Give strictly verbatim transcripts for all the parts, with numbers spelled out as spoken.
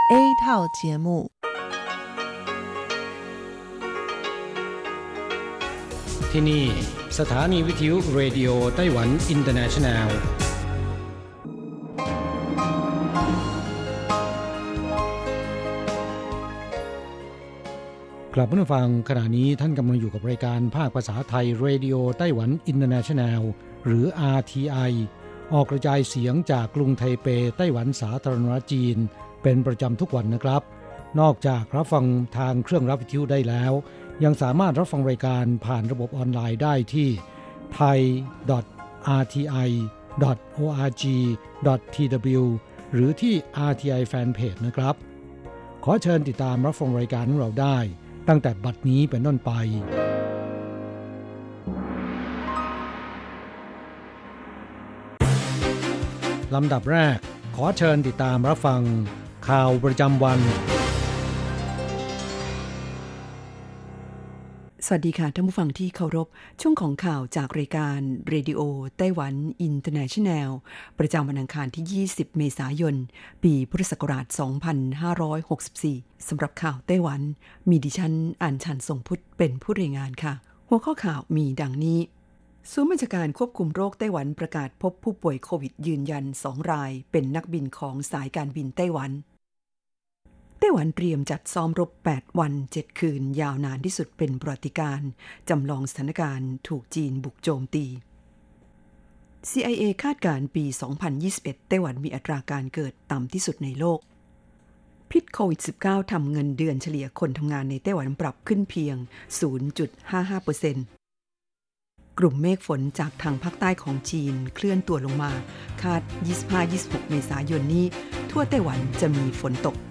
A 套节目ที่นี่สถานีวิทยุเรดิโอไต้หวันอินเตอร์เนชั่นแนลกลับมาฟังขณะนี้ท่านกำลังอยู่กับรายการภาคภาษาไทยเรดิโอไต้หวันอินเตอร์เนชั่นแนลหรือ อาร์ ที ไอ ออกกระจายเสียงจากกรุงไทเปไต้หวันสาธารณรัฐจีนเป็นประจำทุกวันนะครับนอกจากรับฟังทางเครื่องรับวิทยุได้แล้วยังสามารถรับฟังรายการผ่านระบบออนไลน์ได้ที่ ไทย ดอท อาร์ ที ไอ ดอท โอ อาร์ จี ดอท ที ดับเบิลยู หรือที่ อาร์ ที ไอ Fanpage นะครับขอเชิญติดตามรับฟังรายการของเราได้ตั้งแต่บัดนี้เป็นต้นไปลำดับแรกขอเชิญติดตามรับฟังข่าวประจำวันสวัสดีค่ะท่านผู้ฟังที่เคารพช่วงของข่าวจากรายการเรดิโอไต้หวันอินเตอร์เนชั่นแนลประจำวันอังคารที่ยี่สิบเมษายนปีพุทธศักราชสองพันห้าร้อยหกสิบสี่สำหรับข่าวไต้หวันมีดิฉันอัญชันทรงพุทธเป็นผู้รายงานค่ะหัวข้อข่าวมีดังนี้ศูนย์บัญชาการควบคุมโรคไต้หวันประกาศพบผู้ป่วยโควิดยืนยันสองรายเป็นนักบินของสายการบินไต้หวันไต้หวันเตรียมจัดซ้อมรบแปดวันเจ็ดคืนยาวนานที่สุดเป็นประวัติการณ์จำลองสถานการณ์ถูกจีนบุกโจมตี ซี ไอ เอ คาดการณ์ปี สองพันยี่สิบเอ็ด ไต้หวันมีอัตราการเกิดต่ำที่สุดในโลกพิษโควิด สิบเก้า ทำเงินเดือนเฉลี่ยคนทำงานในไต้หวันปรับขึ้นเพียง ศูนย์จุดห้าห้าเปอร์เซ็นต์ กลุ่มเมฆฝนจากทางภาคใต้ของจีนเคลื่อนตัวลงมาคาด ยี่สิบห้าถึงยี่สิบหก เมษายนนี้ทั่วไต้หวันจะมีฝนตก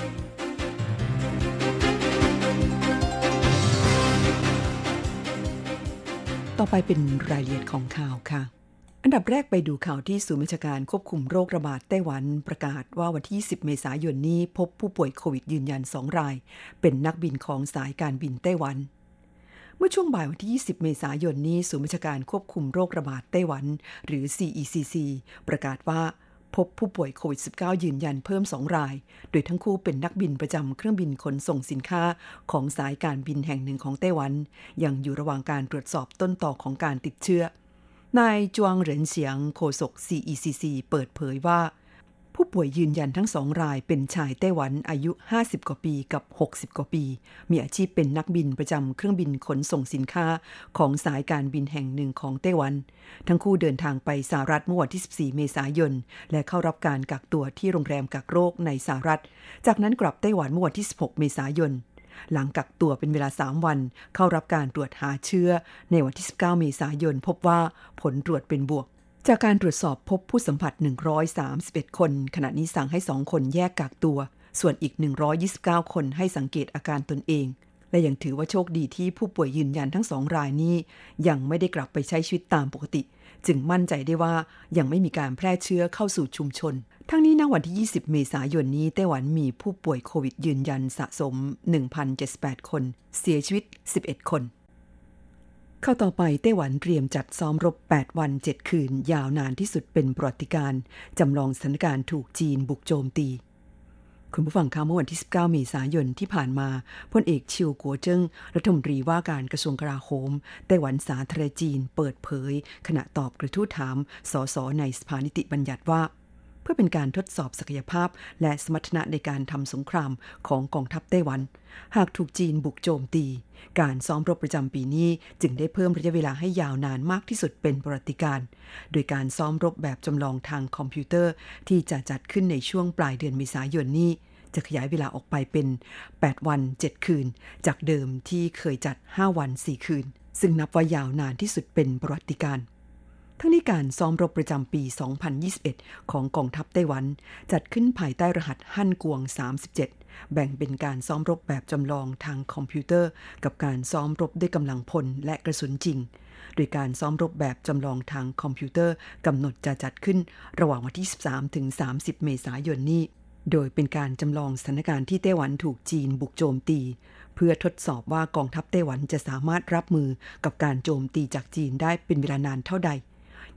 ต่อไปเป็นรายละเอียดของข่าวค่ะอันดับแรกไปดูข่าวที่ศูนย์บัญชาการควบคุมโรคระบาดไต้หวันประกาศว่าวันที่ยี่สิบเมษายนนี้พบผู้ป่วยโควิดยืนยันสองรายเป็นนักบินของสายการบินไต้หวันเมื่อช่วงบ่ายวันที่ยี่สิบเมษายนนี้ศูนย์บัญชาการควบคุมโรคระบาดไต้หวันหรือ ซี อี ซี ซี ประกาศว่าพบผู้ป่วยโควิด สิบเก้า ยืนยันเพิ่มสองรายโดยทั้งคู่เป็นนักบินประจำเครื่องบินขนส่งสินค้าของสายการบินแห่งหนึ่งของไต้หวันยังอยู่ระหว่างการตรวจสอบต้นตอของการติดเชื้อนายจวงเหรินเฉียงโฆษก ซี อี ซี ซี เปิดเผยว่าผู้ป่วยยืนยันทั้งสองรายเป็นชายไต้หวันอายุห้าสิบกว่าปีกับหกสิบกว่าปีมีอาชีพเป็นนักบินประจำเครื่องบินขนส่งสินค้าของสายการบินแห่งหนึ่งของไต้หวันทั้งคู่เดินทางไปสหรัฐเมื่อวันที่สิบสี่เมษายนและเข้ารับการกักตัวที่โรงแรมกักโรคในสหรัฐจากนั้นกลับไต้หวันเมื่อวันที่สิบหกเมษายนหลังกักตัวเป็นเวลาสามวันเข้ารับการตรวจหาเชื้อในวันที่สิบเก้าเมษายนพบว่าผลตรวจเป็นบวกจากการตรวจสอบพบผู้สัมผัสหนึ่งร้อยสามสิบเอ็ดคนขณะนี้สั่งให้สองคนแยกกักตัวส่วนอีกหนึ่งร้อยยี่สิบเก้าคนให้สังเกตอาการตนเองและยังถือว่าโชคดีที่ผู้ป่วยยืนยันทั้งสองรายนี้ยังไม่ได้กลับไปใช้ชีวิตตามปกติจึงมั่นใจได้ว่ายังไม่มีการแพร่เชื้อเข้าสู่ชุมชนทั้งนี้ณวันที่ยี่สิบเมษายนนี้ไต้หวันมีผู้ป่วยโควิดยืนยันสะสม หนึ่งพันเจ็ดสิบแปด คนเสียชีวิตสิบเอ็ดคนเข้าต่อไปไต้หวันเตรียมจัดซ้อมรบแปดวันเจ็ดคืนยาวนานที่สุดเป็นประวัติการณ์จำลองสถานการณ์ถูกจีนบุกโจมตีคุณผู้ฟังคะเมื่อวันที่สิบเก้าเมษายนที่ผ่านมาพลเอกชิวกัวเจิ้งรัฐมนตรีว่าการกระทรวงกลาโหมไต้หวันสาธารณจีนเปิดเผยขณะตอบกระทู้ถามสสในสภานิติบัญญัติว่าเพื่อเป็นการทดสอบศักยภาพและสมรรถนะในการทำสงครามของกองทัพไต้หวันหากถูกจีนบุกโจมตีการซ้อมรบประจำปีนี้จึงได้เพิ่มระยะเวลาให้ยาวนานมากที่สุดเป็นประวัติการณ์โดยการซ้อมรบแบบจำลองทางคอมพิวเตอร์ที่จะจัดขึ้นในช่วงปลายเดือนเมษายนนี้จะขยายเวลาออกไปเป็นแปดวันเจ็ดคืนจากเดิมที่เคยจัดห้าวันสี่คืนซึ่งนับว่ายาวนานที่สุดเป็นประวัติการณ์ทั้งนี้การซ้อมรบประจำปีสองพันยี่สิบเอ็ดของกองทัพไต้หวันจัดขึ้นภายใต้รหัสฮั่นกวงสามสิบเจ็ดแบ่งเป็นการซ้อมรบแบบจำลองทางคอมพิวเตอร์กับการซ้อมรบด้วยกำลังพลและกระสุนจริงโดยการซ้อมรบแบบจำลองทางคอมพิวเตอร์กำหนดจะจัดขึ้นระหว่างวันที่สิบสามถึงสามสิบเมษายนนี้โดยเป็นการจำลองสถานการณ์ที่ไต้หวันถูกจีนบุกโจมตีเพื่อทดสอบว่ากองทัพไต้หวันจะสามารถรับมือกับการโจมตีจากจีนได้เป็นเวลานานเท่าใด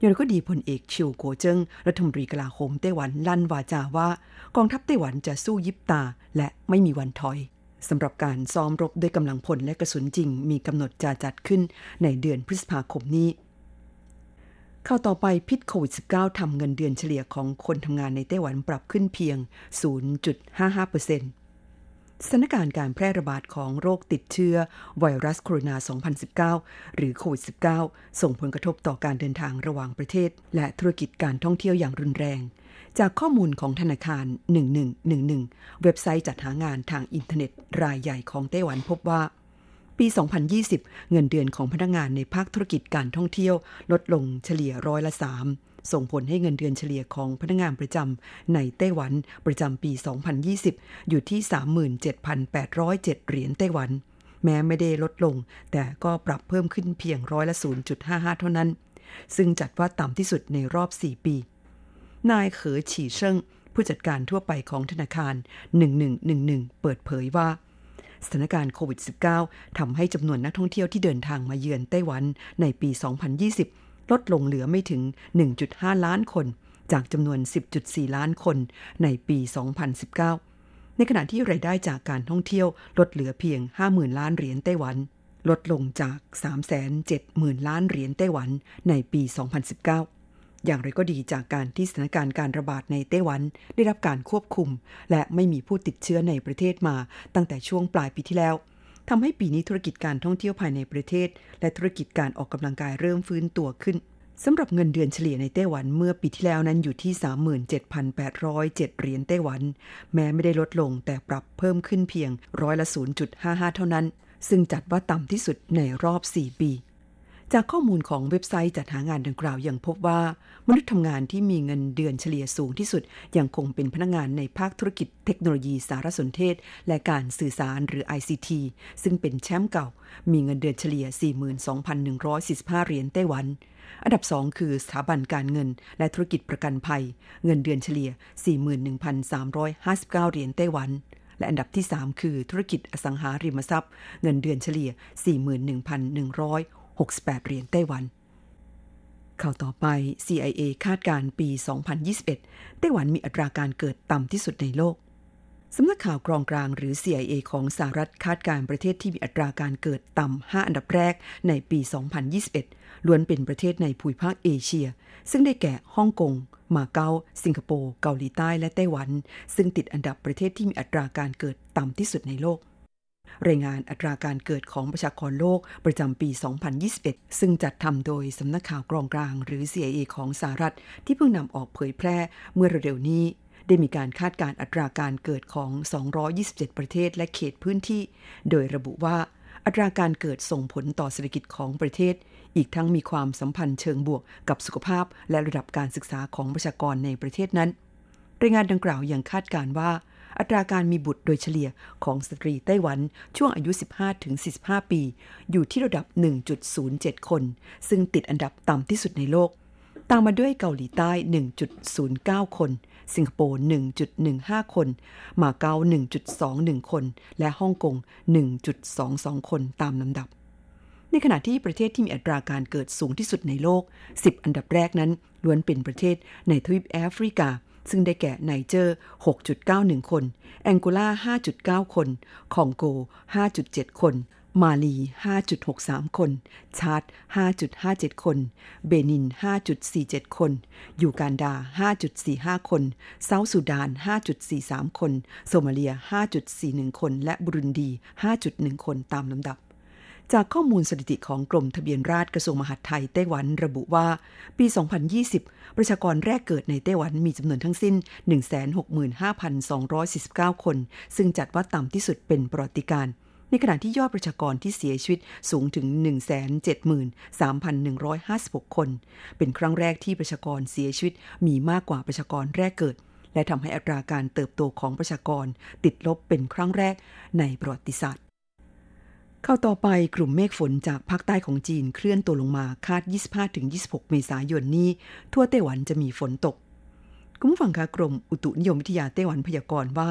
อย่างไรก็ดีพลเอกชิวโกเจิ้งรัฐมนตรีกลาโหมไต้หวันลั่นวาจาว่ากองทัพไต้หวันจะสู้ยิบตาและไม่มีวันถอยสำหรับการซ้อมรบด้วยกำลังพลและกระสุนจริงมีกำหนดจะจัดขึ้นในเดือนพฤษภาคมนี้เข้าต่อไปพิษโควิด สิบเก้า ทำเงินเดือนเฉลี่ยของคนทำงานในไต้หวันปรับขึ้นเพียง ศูนย์จุดห้าห้าเปอร์เซ็นต์ สถานการณ์การแพร่ระบาดของโรคติดเชื้อไวรัสโคโรนา สองพันสิบเก้า หรือโควิด สิบเก้า ส่งผลกระทบต่อการเดินทางระหว่างประเทศและธุรกิจการท่องเที่ยวอย่างรุนแรงจากข้อมูลของธนาคารหนึ่งหนึ่งหนึ่งหนึ่งเว็บไซต์จัดหางานทางอินเทอร์เน็ตรายใหญ่ของไต้หวันพบว่าปี สองพันยี่สิบ เงินเดือนของพนักงานในภาคธุรกิจการท่องเที่ยวลดลงเฉลี่ยร้อยละสามส่งผลให้เงินเดือนเฉลี่ยของพนักงานประจำในไต้หวันประจำปี สองพันยี่สิบ อยู่ที่ สามหมื่นเจ็ดพันแปดร้อยเจ็ด เหรียญไต้หวันแม้ไม่ได้ลดลงแต่ก็ปรับเพิ่มขึ้นเพียงร้อยละ ศูนย์จุดห้าห้า เท่านั้นซึ่งจัดว่าต่ำที่สุดในรอบสี่ปีนายเขอฉี่เชิงผู้จัดการทั่วไปของธนาคารหนึ่งหนึ่งหนึ่งหนึ่งเปิดเผยว่าสถานการณ์โควิด สิบเก้า ทำให้จำนวนนักท่องเที่ยวที่เดินทางมาเยือนไต้หวันในปี สองพันยี่สิบ ลดลงเหลือไม่ถึง หนึ่งจุดห้า ล้านคนจากจำนวน สิบจุดสี่ ล้านคนในปี สองพันสิบเก้า ในขณะที่รายได้จากการท่องเที่ยวลดเหลือเพียง ห้าหมื่น ล้านเหรียญไต้หวันลดลงจาก สามแสนเจ็ดหมื่น ล้านเหรียญไต้หวันในปี สองพันสิบเก้าอย่างไรก็ดีจากการที่สถานการณ์การระบาดในไต้หวันได้รับการควบคุมและไม่มีผู้ติดเชื้อในประเทศมาตั้งแต่ช่วงปลายปีที่แล้วทำให้ปีนี้ธุรกิจการท่องเที่ยวภายในประเทศและธุรกิจการออกกำลังกายเริ่มฟื้นตัวขึ้นสำหรับเงินเดือนเฉลี่ยในไต้หวันเมื่อปีที่แล้วนั้นอยู่ที่ สามหมื่นเจ็ดพันแปดร้อยเจ็ด เหรียญไต้หวันแม้ไม่ได้ลดลงแต่ปรับเพิ่มขึ้นเพียงร้อยละ ศูนย์จุดห้าห้า เท่านั้นซึ่งจัดว่าต่ำที่สุดในรอบสี่ปีจากข้อมูลของเว็บไซต์จัดหางานดังกล่าวยังพบว่ามนุษย์ทำงานที่มีเงินเดือนเฉลี่ยสูงที่สุดยังคงเป็นพนักงานในภาคธุรกิจเทคโนโลยีสารสนเทศและการสื่อสารหรือ ไอ ซี ที ซึ่งเป็นแชมป์เก่ามีเงินเดือนเฉลี่ย สี่หมื่นสองพันหนึ่งร้อยสี่สิบห้า เหรียญไต้หวันอันดับสองคือสถาบันการเงินและธุรกิจประกันภัยเงินเดือนเฉลี่ย สี่หมื่นหนึ่งพันสามร้อยห้าสิบเก้า เหรียญไต้หวันและอันดับที่สามคือธุรกิจอสังหาริมทรัพย์เงินเดือนเฉลี่ย สี่หมื่นหนึ่งพันหนึ่งร้อยหกสิบแปด เหรียญไต้หวันข่าวต่อไป ซี ไอ เอ คาดการณ์ปี สองพันยี่สิบเอ็ด ไต้หวันมีอัตราการเกิดต่ำที่สุดในโลกสำนักข่าวกรองกลางหรือ ซี ไอ เอ ของสหรัฐคาดการณ์ประเทศที่มีอัตราการเกิดต่ำห้าอันดับแรกในปี สองพันยี่สิบเอ็ด ล้วนเป็นประเทศในภูมิภาคเอเชียซึ่งได้แก่ฮ่องกงมาเก๊าสิงคโปร์เกาหลีใต้และไต้หวันซึ่งติดอันดับประเทศที่มีอัตราการเกิดต่ำที่สุดในโลกรายงานอัตราการเกิดของประชากรโลกประจำปี สองพันยี่สิบเอ็ด ซึ่งจัดทำโดยสำนักข่าวกรองกลางหรือ ซี ไอ เอ ของสหรัฐที่เพิ่งนำออกเผยแพร่เมื่อเร็วๆนี้ได้มีการคาดการณ์อัตราการเกิดของสองร้อยยี่สิบเจ็ดประเทศและเขตพื้นที่โดยระบุว่าอัตราการเกิดส่งผลต่อเศรษฐกิจของประเทศอีกทั้งมีความสัมพันธ์เชิงบวกกับสุขภาพและระดับการศึกษาของประชากรในประเทศนั้นรายงานดังกล่าวยังคาดการณ์ว่าอัตราการมีบุตรโดยเฉลี่ยของสตรีไต้หวันช่วงอายุ สิบห้าถึงสี่สิบห้า ปีอยู่ที่ระดับ หนึ่งจุดศูนย์เจ็ด คนซึ่งติดอันดับต่ำที่สุดในโลกตามมาด้วยเกาหลีใต้ หนึ่งจุดศูนย์เก้า คนสิงคโปร์ หนึ่งจุดหนึ่งห้า คนมาเก๊า หนึ่งจุดสองหนึ่ง คนและฮ่องกง หนึ่งจุดสองสอง คนตามลำดับในขณะที่ประเทศที่มีอัตราการเกิดสูงที่สุดในโลกสิบอันดับแรกนั้นล้วนเป็นประเทศในทวีปแอฟริกาซึ่งได้แก่ไนเจอร์ หกจุดเก้าหนึ่ง คนแองโกลา ห้าจุดเก้า คนคองโก ห้าจุดเจ็ด คนมาลี ห้าจุดหกสาม คนชาด ห้าจุดห้าเจ็ด คนเบนิน ห้าจุดสี่เจ็ด คนยูกันดา ห้าจุดสี่ห้า คนเซาท์ซูดาน ห้าจุดสี่สาม คนโซมาเลีย ห้าจุดสี่หนึ่ง คนและบุรุนดี ห้าจุดหนึ่ง คนตามลำดับจากข้อมูลสถิติของกรมทะเบียนราษฎรกระทรวงมหาดไทยไต้หวันระบุว่าปี สองพันยี่สิบ ประชากรแรกเกิดในไต้หวันมีจำนวนทั้งสิ้น หนึ่งแสนหกหมื่นห้าพันสองร้อยสี่สิบเก้า คนซึ่งจัดว่าต่ำที่สุดเป็นประวัติการณ์ในขณะที่ยอดประชากรที่เสียชีวิตสูงถึง หนึ่งแสนเจ็ดหมื่นสามพันหนึ่งร้อยห้าสิบหก คนเป็นครั้งแรกที่ประชากรเสียชีวิตมีมากกว่าประชากรแรกเกิดและทำให้อัตราการเติบโตของประชากรติดลบเป็นครั้งแรกในประวัติศาสตร์เข้าต่อไปกลุ่มเมฆฝนจากภาคใต้ของจีนเคลื่อนตัวลงมาคาด ยี่สิบห้าถึงยี่สิบหก เมษายนนี้ทั่วไต้หวันจะมีฝนตกคุณผู้ฟังคะกรมอุตุนิยมวิทยาไต้หวันพยากรณ์ว่า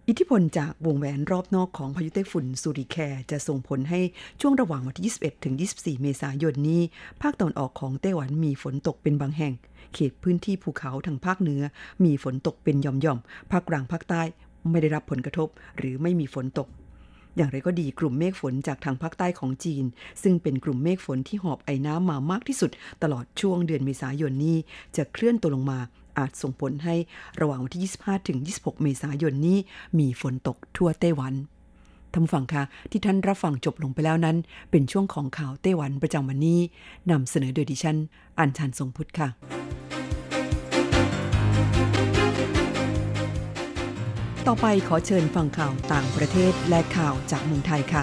อิทธิพลจากวงแหวนรอบนอกของพายุไต้ฝุ่นซูริแคจะส่งผลให้ช่วงระหว่างวันที่ยี่สิบเอ็ดถึงยี่สิบสี่เมษายนนี้ภาคตะวันออกของไต้หวันมีฝนตกเป็นบางแห่งเขตพื้นที่ภูเขาทางภาคเหนือมีฝนตกเป็นหย่อมๆภาคกลางภาคใต้ไม่ได้รับผลกระทบหรือไม่มีฝนตกอย่างไรก็ดีกลุ่มเมฆฝนจากทางภาคใต้ของจีนซึ่งเป็นกลุ่มเมฆฝนที่หอบไอน้ำมามากที่สุดตลอดช่วงเดือนเมษายนนี้จะเคลื่อนตัวลงมาอาจส่งผลให้ระหว่างวันที่ยี่สิบห้าถึงยี่สิบหกเมษายนนี้มีฝนตกทั่วไต้หวันท่านผู้ฟังคะที่ท่านรับฟังจบลงไปแล้วนั้นเป็นช่วงของข่าวไต้หวันประจำวันนี้นำเสนอโดยดิฉันอัญชันทรงพุทธค่ะต่อไปขอเชิญฟังข่าวต่างประเทศและข่าวจากเมืองไทยค่ะ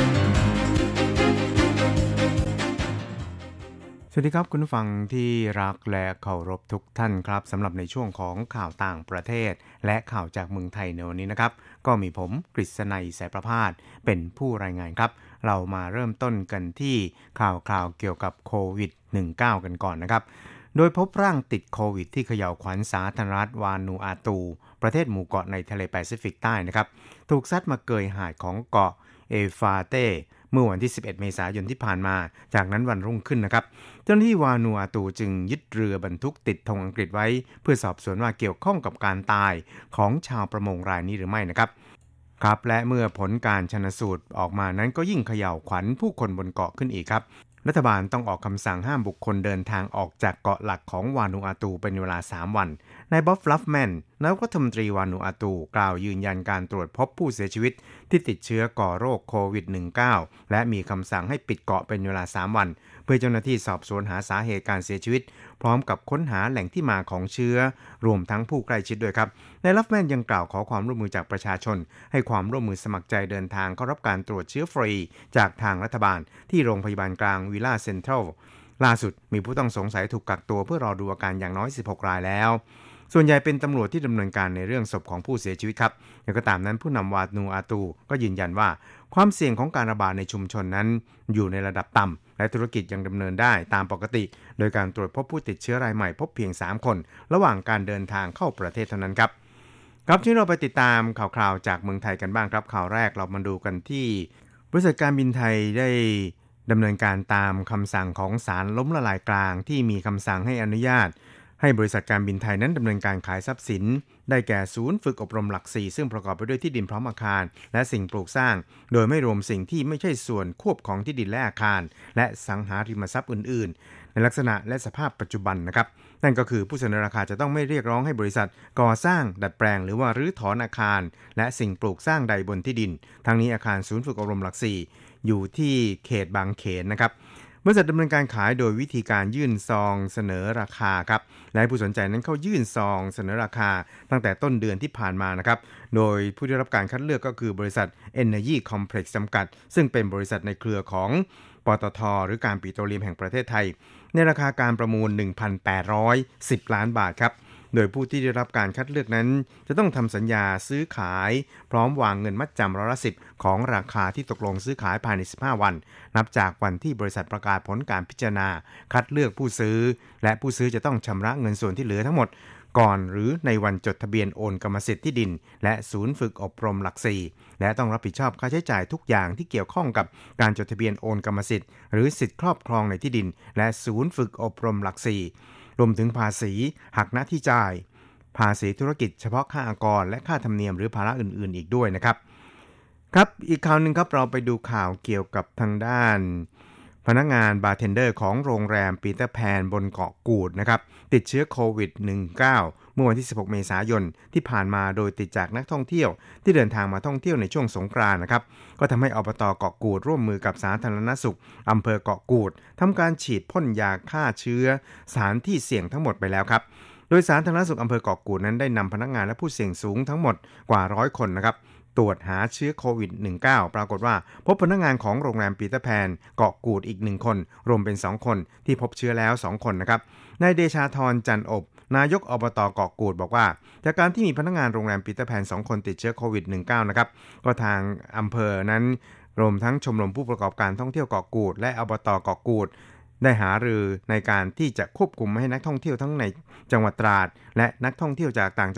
สวัสดีครับคุณผู้ฟังที่รักและเคารพทุกท่านครับสำหรับในช่วงของข่าวต่างประเทศและข่าวจากเมืองไทยในวันนี้นะครับก็มีผมกฤษณัยสายประภาสเป็นผู้รายงานครับเรามาเริ่มต้นกันที่ข่าวข่าวเกี่ยวกับโควิด สิบเก้า กันก่อนนะครับโดยพบร่างติดโควิดที่เขย่าขวัญสาธารณรัฐวานูอาตูประเทศหมู่เกาะในทะเลแปซิฟิกใต้นะครับถูกซัดมาเกยหาดของเกาะเอฟาเต้เมื่อวันที่สิบเอ็ดเมษายนที่ผ่านมาจากนั้นวันรุ่งขึ้นนะครับเจ้าหน้าที่วานูอาตูจึงยึดเรือบรรทุกติดธงอังกฤษไว้เพื่อสอบสวนว่าเกี่ยวข้องกับการตายของชาวประมงรายนี้หรือไม่นะครับครับและเมื่อผลการชันสูตรออกมานั้นก็ยิ่งเขย่าขวัญผู้คนบนเกาะขึ้นอีกครับรัฐบาลต้องออกคำสั่งห้ามบุคคลเดินทางออกจากเกาะหลักของวานูอาตูเป็นเวลาสามวันนายบ๊อบฟลัฟแมนนายกรัฐมนตรีวานูอาตูกล่าวยืนยันการตรวจพบผู้เสียชีวิตที่ติดเชื้อก่อโรคโควิด สิบเก้า และมีคำสั่งให้ปิดเกาะเป็นเวลาสามวันเพื่อเจ้าหน้าที่สอบสวนหาสาเหตุการเสียชีวิตพร้อมกับค้นหาแหล่งที่มาของเชื้อรวมทั้งผู้ใกล้ชิดด้วยครับนายลัฟแมนยังกล่าวขอความร่วมมือจากประชาชนให้ความร่วมมือสมัครใจเดินทางเข้ารับการตรวจเชื้อฟรีจากทางรัฐบาลที่โรงพยาบาลกลางวิลล่าเซ็นทรัลล่าสุดมีผู้ต้องสงสัยถูกกักตัวเพื่อรอดูอาการอย่างน้อยสิบหกรายแล้วส่วนใหญ่เป็นตำรวจที่ดำเนินการในเรื่องศพของผู้เสียชีวิตครับอย่างก็ตามนั้นผู้นำวานูอาตูก็ยืนยันว่าความเสี่ยงของการระบาดในชุมชนนั้นอยู่ในระดับต่ำและธุรกิจยังดำเนินได้ตามปกติโดยการตรวจพบผู้ติดเชื้อรายใหม่พบเพียงสามคนระหว่างการเดินทางเข้าประเทศเท่านั้นครับครับที่เราไปติดตามข่าวคราวจากเมืองไทยกันบ้างครับข่าวแรกเรามาดูกันที่บริษัทการบินไทยได้ดำเนินการตามคำสั่งของศาลล้มละลายกลางที่มีคำสั่งให้อนุญาตให้บริษัทการบินไทยนั้นดำเนินการขายทรัพย์สินได้แก่ศูนย์ฝึกอบรมหลักสี่ซึ่งประกอบไปด้วยที่ดินพร้อมอาคารและสิ่งปลูกสร้างโดยไม่รวมสิ่งที่ไม่ใช่ส่วนควบของที่ดินและอาคารและสังหาริมทรัพย์อื่นๆในลักษณะและสภาพปัจจุบันนะครับนั่นก็คือผู้เสนอราคาจะต้องไม่เรียกร้องให้บริษัทก่อสร้างดัดแปลงหรือว่ารื้อถอนอาคารและสิ่งปลูกสร้างใดบนที่ดินทั้งนี้อาคารศูนย์ฝึกอบรมหลักสี่อยู่ที่เขตบางเขนนะครับบริษัทดำเนินการขายโดยวิธีการยื่นซองเสนอราคาครับและผู้สนใจนั้นเข้ายื่นซองเสนอราคาตั้งแต่ต้นเดือนที่ผ่านมานะครับโดยผู้ได้รับการคัดเลือกก็คือบริษัท Energy Complex จำกัดซึ่งเป็นบริษัทในเครือของปตท.หรือการปิโตรเลียมแห่งประเทศไทยในราคาการประมูล หนึ่งพันแปดร้อยสิบ ล้านบาทครับโดยผู้ที่ได้รับการคัดเลือกนั้นจะต้องทำสัญญาซื้อขายพร้อมวางเงินมัดจำร้อยละสิบของราคาที่ตกลงซื้อขายภายในสิบห้าวันนับจากวันที่บริษัทประกาศผลการพิจารณาคัดเลือกผู้ซื้อและผู้ซื้อจะต้องชำระเงินส่วนที่เหลือทั้งหมดก่อนหรือในวันจดทะเบียนโอนกรรมสิทธิ์ที่ดินและศูนย์ฝึกอบรมหลักสี่และต้องรับผิดชอบค่าใช้จ่ายทุกอย่างที่เกี่ยวข้องกับการจดทะเบียนโอนกรรมสิทธิ์หรือสิทธิครอบครองในที่ดินและศูนย์ฝึกอบรมหลักสี่รวมถึงภาษีหักหน้าที่จ่ายภาษีธุรกิจเฉพาะค่าอากรและค่าธรรมเนียมหรือภาระอื่นๆอีกด้วยนะครับครับอีกข่าวนึงครับเราไปดูข่าวเกี่ยวกับทางด้านพนักงานบาร์เทนเดอร์ของโรงแรมปีเตอร์แพนบนเกาะกูดนะครับติดเชื้อโควิด สิบเก้า เมื่อวันที่สิบหกเมษายนที่ผ่านมาโดยติดจากนักท่องเที่ยวที่เดินทางมาท่องเที่ยวในช่วงสงกรานต์นะครับก็ทำให้อบต.เกาะกูดร่วมมือกับสาธารณสุขอำเภอเกาะกูดทำการฉีดพ่นยาฆ่าเชื้อสถานที่เสี่ยงทั้งหมดไปแล้วครับโดยสาธารณสุขอำเภอเกาะกูดนั้นได้นำพนักงานและผู้เสี่ยงสูงทั้งหมดกว่าร้อยคนนะครับตรวจหาเชื้อโควิด สิบเก้า ปรากฏว่าพบพนักงานของโรงแรมปีเตอร์แพนเกาะกูดอีกหนึ่งคนรวมเป็นสองคนที่พบเชื้อแล้วสองคนนะครับนายเดชาธรจันอบนายกอบต.เกาะกูดบอกว่าจากการที่มีพนักงานโรงแรมปีเตอร์แพนสองคนติดเชื้อโควิด สิบเก้า นะครับก็ทางอำเภอนั้นรวมทั้งชมรมผู้ประกอบการท่องเที่ยวเกาะกูดและอบต.เกาะกูดได้หารือในการที่จะควบคุมไม่ให้นักท่องเที่ยวทั้งในจังหวัดตราดและนักท่องเที่ยวจากต่างจังหวัด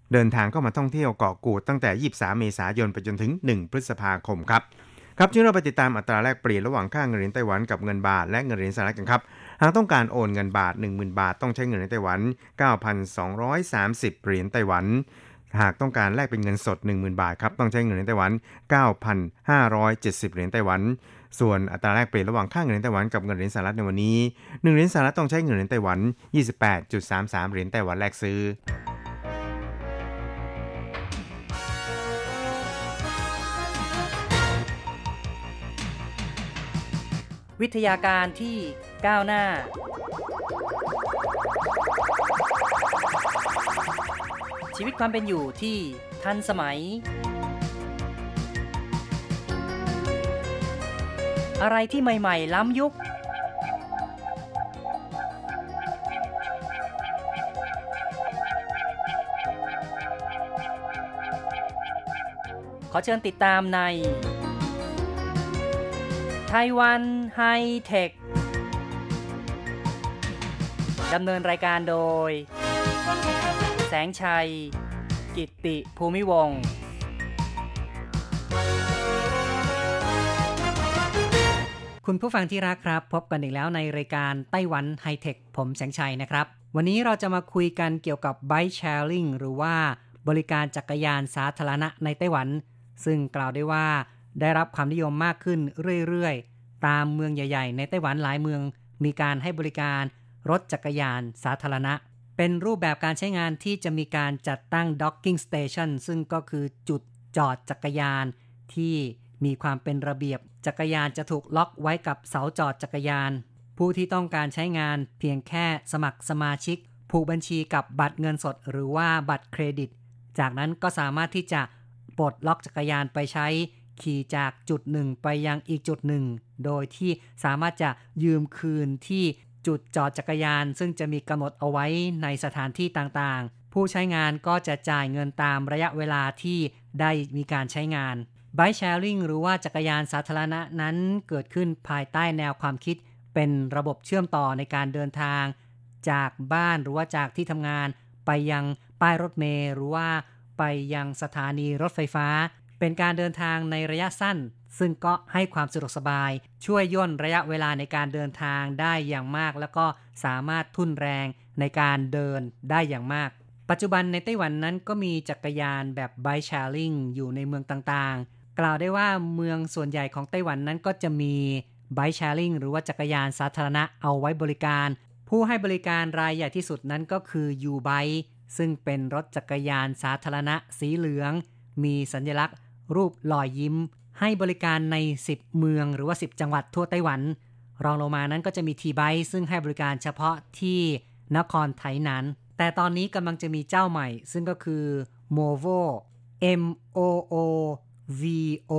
เดินทางเข้ามาท่องเที่ยวเกาะกูดตั้งแต่ยี่สิบสามเมษายนไปจนถึงหนึ่งพฤษภาคมครับครับช่วยเราไปติดตามอัตราแลกเปลี่ยนระหว่างค่าเงินเหรียญไต้หวันกับเงินบาทและเงินเหรียญสหรัฐกันครับหากต้องการโอนเงินบาท หนึ่งหมื่น บาทต้องใช้เงินเหรียญไต้หวัน เก้าพันสองร้อยสามสิบ เหรียญไต้หวันหากต้องการแลกเป็นเงินสด หนึ่งหมื่น บาทครับต้องใช้เงินเหรียญไต้หวัน เก้าพันห้าร้อยเจ็ดสิบ เหรียญไต้หวันส่วนอัตราแลกเปลี่ยนระหว่างค่าเงินเหรียญไต้หวันกับเงินเหรียญสหรัฐในวันนี้หนึ่งเหรียญสหรัฐต้องใช้เงินเหรียญไต้หวัน ยี่สิบแปดจุดสามสาม เหรียญไต้หวันแลกซื้อวิทยาการที่ก้าวหน้าชีวิตความเป็นอยู่ที่ทันสมัยอะไรที่ใหม่ๆล้ำยุคขอเชิญติดตามในไต้หวันไฮเทคดำเนินรายการโดยแสงชัยกิตติภูมิวงศ์คุณผู้ฟังที่รักครับพบกันอีกแล้วในรายการไต้หวันไฮเทคผมแสงชัยนะครับวันนี้เราจะมาคุยกันเกี่ยวกับ Bike Sharing หรือว่าบริการจักรยานสาธารณะในไต้หวันซึ่งกล่าวได้ว่าได้รับความนิยมมากขึ้นเรื่อยๆตามเมืองใหญ่ๆในไต้หวันหลายเมืองมีการให้บริการรถจักรยานสาธารณะเป็นรูปแบบการใช้งานที่จะมีการจัดตั้ง Docking Station ซึ่งก็คือจุดจอดจักรยานที่มีความเป็นระเบียบจักรยานจะถูกล็อกไว้กับเสาจอดจักรยานผู้ที่ต้องการใช้งานเพียงแค่สมัครสมาชิกผูกบัญชีกับบัตรเงินสดหรือว่าบัตรเครดิตจากนั้นก็สามารถที่จะปลดล็อกจักรยานไปใช้ขี่จากจุดหนึ่งไปยังอีกจุดหนึ่งโดยที่สามารถจะยืมคืนที่จุดจอดจักรยานซึ่งจะมีกำหนดเอาไว้ในสถานที่ต่างๆผู้ใช้งานก็จะจ่ายเงินตามระยะเวลาที่ได้มีการใช้งาน Bike Sharing หรือว่าจักรยานสาธารณะนั้นเกิดขึ้นภายใต้แนวความคิดเป็นระบบเชื่อมต่อในการเดินทางจากบ้านหรือว่าจากที่ทำงานไปยังป้ายรถเมล์หรือว่าไปยังสถานีรถไฟฟ้าเป็นการเดินทางในระยะสั้นซึ่งก็ให้ความสะดวกสบายช่วยย่นระยะเวลาในการเดินทางได้อย่างมากแล้วก็สามารถทุ่นแรงในการเดินได้อย่างมากปัจจุบันในไต้หวันนั้นก็มีจักรยานแบบ Bike Sharing อยู่ในเมืองต่างๆกล่าวได้ว่าเมืองส่วนใหญ่ของไต้หวันนั้นก็จะมี Bike Sharing หรือว่าจักรยานสาธารณะเอาไว้บริการผู้ให้บริการรายใหญ่ที่สุดนั้นก็คือ U-Bike ซึ่งเป็นรถจักรยานสาธารณะสีเหลืองมีสัญลักษณ์รูปรอยยิ้มให้บริการในสิบเมืองหรือว่าสิบจังหวัดทั่วไต้หวันรองลงมานั้นก็จะมี T-Bike ซึ่งให้บริการเฉพาะที่นครไถหนานแต่ตอนนี้กำลังจะมีเจ้าใหม่ซึ่งก็คือ Movo M O O V O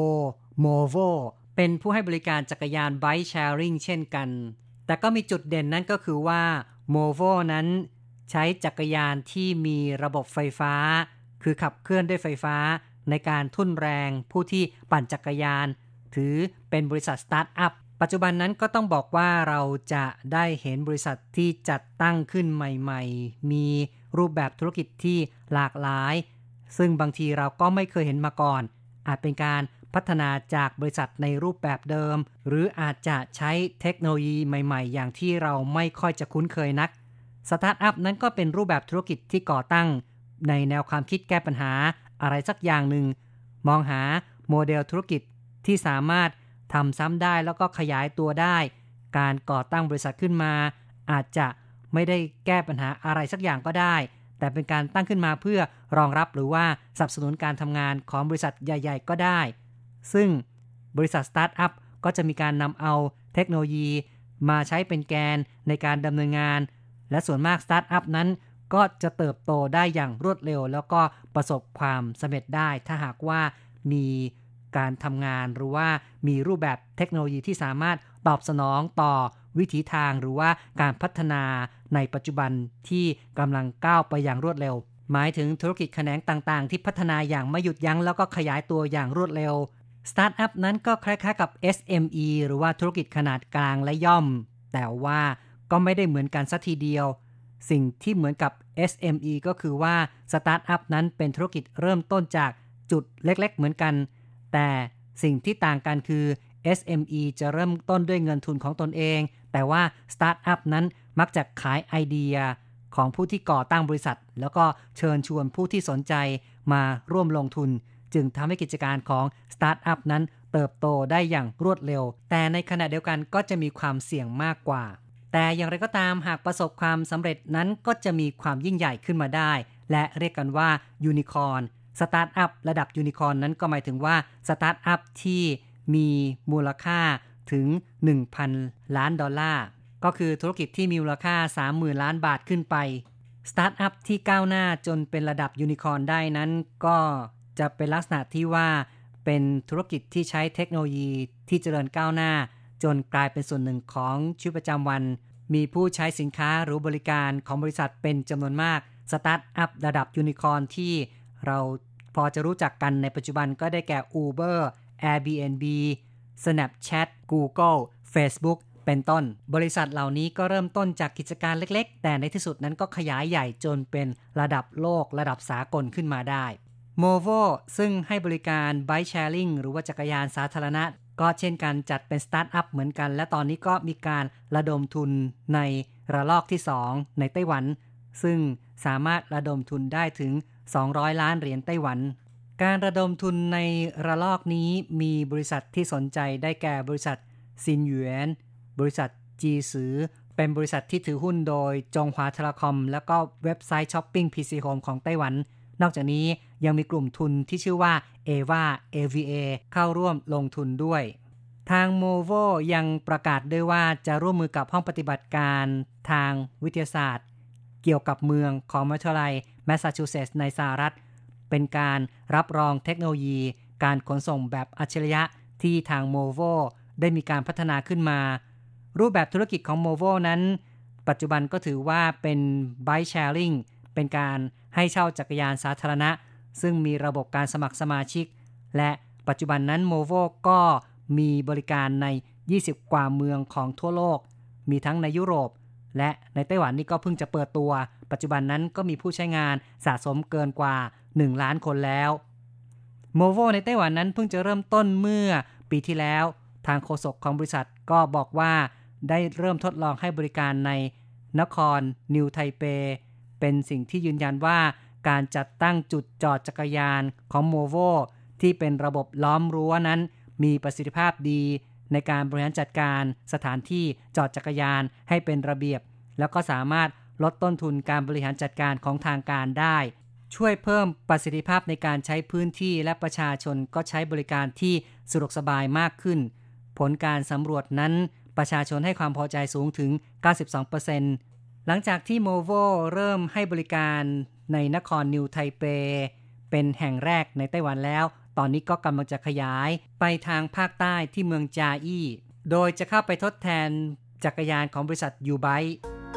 Movo เป็นผู้ให้บริการจักรยาน Bike Sharing เช่นกันแต่ก็มีจุดเด่นนั่นก็คือว่า Movo นั้นใช้จักรยานที่มีระบบไฟฟ้าคือขับเคลื่อนด้วยไฟฟ้าในการทุ่นแรงผู้ที่ปั่นจักรยานถือเป็นบริษัทสตาร์ทอัพปัจจุบันนั้นก็ต้องบอกว่าเราจะได้เห็นบริษัทที่จัดตั้งขึ้นใหม่ๆมีรูปแบบธุรกิจที่หลากหลายซึ่งบางทีเราก็ไม่เคยเห็นมาก่อนอาจเป็นการพัฒนาจากบริษัทในรูปแบบเดิมหรืออาจจะใช้เทคโนโลยีใหม่ๆอย่างที่เราไม่ค่อยจะคุ้นเคยนักสตาร์ทอัพนั้นก็เป็นรูปแบบธุรกิจที่ก่อตั้งในแนวความคิดแก้ปัญหาอะไรสักอย่างหนึ่งมองหาโมเดลธุรกิจที่สามารถทำซ้ำได้แล้วก็ขยายตัวได้การก่อตั้งบริษัทขึ้นมาอาจจะไม่ได้แก้ปัญหาอะไรสักอย่างก็ได้แต่เป็นการตั้งขึ้นมาเพื่อรองรับหรือว่าสนับสนุนการทำงานของบริษัทใหญ่ๆก็ได้ซึ่งบริษัทสตาร์ทอัพก็จะมีการนำเอาเทคโนโลยีมาใช้เป็นแกนในการดำเนินงานและส่วนมากสตาร์ทอัพนั้นก็จะเติบโตได้อย่างรวดเร็วแล้วก็ประสบความสำเร็จได้ถ้าหากว่ามีการทำงานหรือว่ามีรูปแบบเทคโนโลยีที่สามารถตอบสนองต่อวิถีทางหรือว่าการพัฒนาในปัจจุบันที่กำลังก้าวไปอย่างรวดเร็วหมายถึงธุรกิจแขนงต่างๆที่พัฒนาอย่างไม่หยุดยั้งแล้วก็ขยายตัวอย่างรวดเร็วสตาร์ทอัพนั้นก็คล้ายๆกับ เอส เอ็ม อี หรือว่าธุรกิจขนาดกลางและย่อมแต่ว่าก็ไม่ได้เหมือนกันซะทีเดียวสิ่งที่เหมือนกับ เอส เอ็ม อี ก็คือว่าสตาร์ทอัพนั้นเป็นธุรกิจเริ่มต้นจากจุดเล็กๆเหมือนกันแต่สิ่งที่ต่างกันคือ เอส เอ็ม อี จะเริ่มต้นด้วยเงินทุนของตนเองแต่ว่าสตาร์ทอัพนั้นมักจะขายไอเดียของผู้ที่ก่อตั้งบริษัทแล้วก็เชิญชวนผู้ที่สนใจมาร่วมลงทุนจึงทำให้กิจการของสตาร์ทอัพนั้นเติบโตได้อย่างรวดเร็วแต่ในขณะเดียวกันก็จะมีความเสี่ยงมากกว่าแต่อย่างไรก็ตามหากประสบความสำเร็จนั้นก็จะมีความยิ่งใหญ่ขึ้นมาได้และเรียกกันว่ายูนิคอร์นสตาร์ทอัพระดับยูนิคอร์นนั้นก็หมายถึงว่าสตาร์ทอัพที่มีมูลค่าถึง หนึ่งพัน ล้านดอลลาร์ก็คือธุรกิจที่มีมูลค่า สามหมื่น ล้านบาทขึ้นไปสตาร์ทอัพที่ก้าวหน้าจนเป็นระดับยูนิคอร์นได้นั้นก็จะเป็นลักษณะที่ว่าเป็นธุรกิจที่ใช้เทคโนโลยีที่เจริญก้าวหน้าจนกลายเป็นส่วนหนึ่งของชีวิตประจำวันมีผู้ใช้สินค้าหรือบริการของบริษัทเป็นจำนวนมากสตาร์ทอัพระดับยูนิคอร์นที่เราพอจะรู้จักกันในปัจจุบันก็ได้แก่ Uber Airbnb Snapchat Google Facebook เป็นต้นบริษัทเหล่านี้ก็เริ่มต้นจากกิจการเล็กๆแต่ในที่สุดนั้นก็ขยายใหญ่จนเป็นระดับโลกระดับสากลขึ้นมาได้ Movo ซึ่งให้บริการ Bike Sharing หรือว่าจักรยานสาธารณะก็เช่นกันจัดเป็นสตาร์ทอัพเหมือนกันและตอนนี้ก็มีการระดมทุนในระลอกที่สองในไต้หวันซึ่งสามารถระดมทุนได้ถึงสองร้อยล้านเหรียญไต้หวันการระดมทุนในระลอกนี้มีบริษัทที่สนใจได้แก่บริษัทซินหยวนบริษัทจีซือเป็นบริษัทที่ถือหุ้นโดยจงหวาเทเลคอมแล้วก็เว็บไซต์ช้อปปิ้ง พี ซี Home ของไต้หวันนอกจากนี้ยังมีกลุ่มทุนที่ชื่อว่า เอ วี เอ เอ วี เอ เข้าร่วมลงทุนด้วยทาง Movo ยังประกาศด้วยว่าจะร่วมมือกับห้องปฏิบัติการทางวิทยาศาสตร์เกี่ยวกับเมืองของมหาวิทยาลัยแมสซาชูเซตส์ในสหรัฐเป็นการรับรองเทคโนโลยีการขนส่งแบบอัจฉริยะที่ทาง Movo ได้มีการพัฒนาขึ้นมารูปแบบธุรกิจของ Movo นั้นปัจจุบันก็ถือว่าเป็น Bike Sharing เป็นการให้เช่าจักรยานสาธารณะซึ่งมีระบบการสมัครสมาชิกและปัจจุบันนั้น Movo ก็มีบริการในยี่สิบกว่าเมืองของทั่วโลกมีทั้งในยุโรปและในไต้หวันนี่ก็เพิ่งจะเปิดตัวปัจจุบันนั้นก็มีผู้ใช้งานสะสมเกินกว่าหนึ่งล้านคนแล้ว Movo ในไต้หวันนั้นเพิ่งจะเริ่มต้นเมื่อปีที่แล้วทางโฆษกของบริษัทก็บอกว่าได้เริ่มทดลองให้บริการในนครนิวไทเปเป็นสิ่งที่ยืนยันว่าการจัดตั้งจุดจอดจักรยานของ Movo ที่เป็นระบบล้อมรั้วนั้นมีประสิทธิภาพดีในการบริหารจัดการสถานที่จอดจักรยานให้เป็นระเบียบแล้วก็สามารถลดต้นทุนการบริหารจัดการของทางการได้ช่วยเพิ่มประสิทธิภาพในการใช้พื้นที่และประชาชนก็ใช้บริการที่สะดวกสบายมากขึ้นผลการสำรวจนั้นประชาชนให้ความพอใจสูงถึง เก้าสิบสองเปอร์เซ็นต์ หลังจากที่ Movo เริ่มให้บริการในนครนิวไทเปเป็นแห่งแรกในไต้หวันแล้วตอนนี้ก็กำลังจะขยายไปทางภาคใต้ที่เมืองจาอี้โดยจะเข้าไปทดแทนจักรยานของบริษัทยูไบค์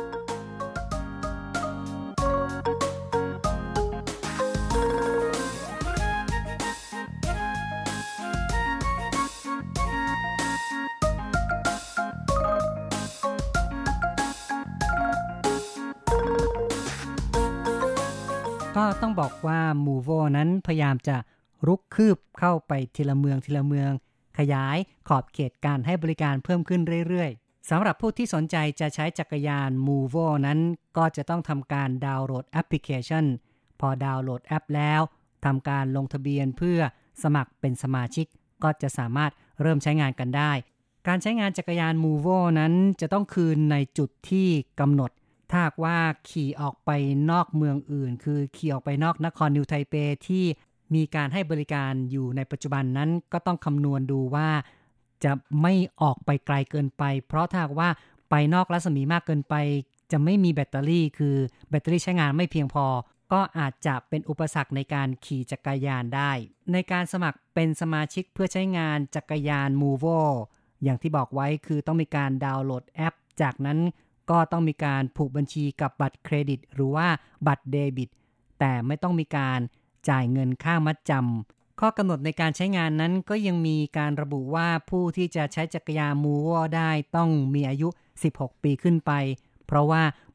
ก็ต้องบอกว่า Movo นั้นพยายามจะรุกคืบเข้าไปทีละเมืองทีละเมืองขยายขอบเขตการให้บริการเพิ่มขึ้นเรื่อยๆสำหรับผู้ที่สนใจจะใช้จักรยาน Movo นั้นก็จะต้องทำการดาวน์โหลดแอปพลิเคชันพอดาวน์โหลดแอปแล้วทำการลงทะเบียนเพื่อสมัครเป็นสมาชิกก็จะสามารถเริ่มใช้งานกันได้การใช้งานจักรยาน Movo นั้นจะต้องคืนในจุดที่กำหนดถ้าว่าขี่ออกไปนอกเมืองอื่นคือขี่ออกไปนอกนครนิวไทเปที่มีการให้บริการอยู่ในปัจจุบันนั้นก็ต้องคำนวณดูว่าจะไม่ออกไปไกลเกินไปเพราะถ้าว่าไปนอกรัศมีมากเกินไปจะไม่มีแบตเตอรี่คือแบตเตอรี่ใช้งานไม่เพียงพอก็อาจจะเป็นอุปสรรคในการขี่จักรยานได้ในการสมัครเป็นสมาชิกเพื่อใช้งานจักรยาน Movo อย่างที่บอกไว้คือต้องมีการดาวน์โหลดแอปจากนั้นก็ต้องมีการผูกบัญชีกับบัตรเครดิตหรือว่าบัตรเดบิตแต่ไม่ต้องมีการจ่ายเงินค่ามัดจำข้อกำหนดในการใช้งานนั้นก็ยังมีการระบุว่าผู้ที่จะใช้จักรยาน Movo ได้ต้องมีอายุสิบหกปีขึ้นไปเพราะว่า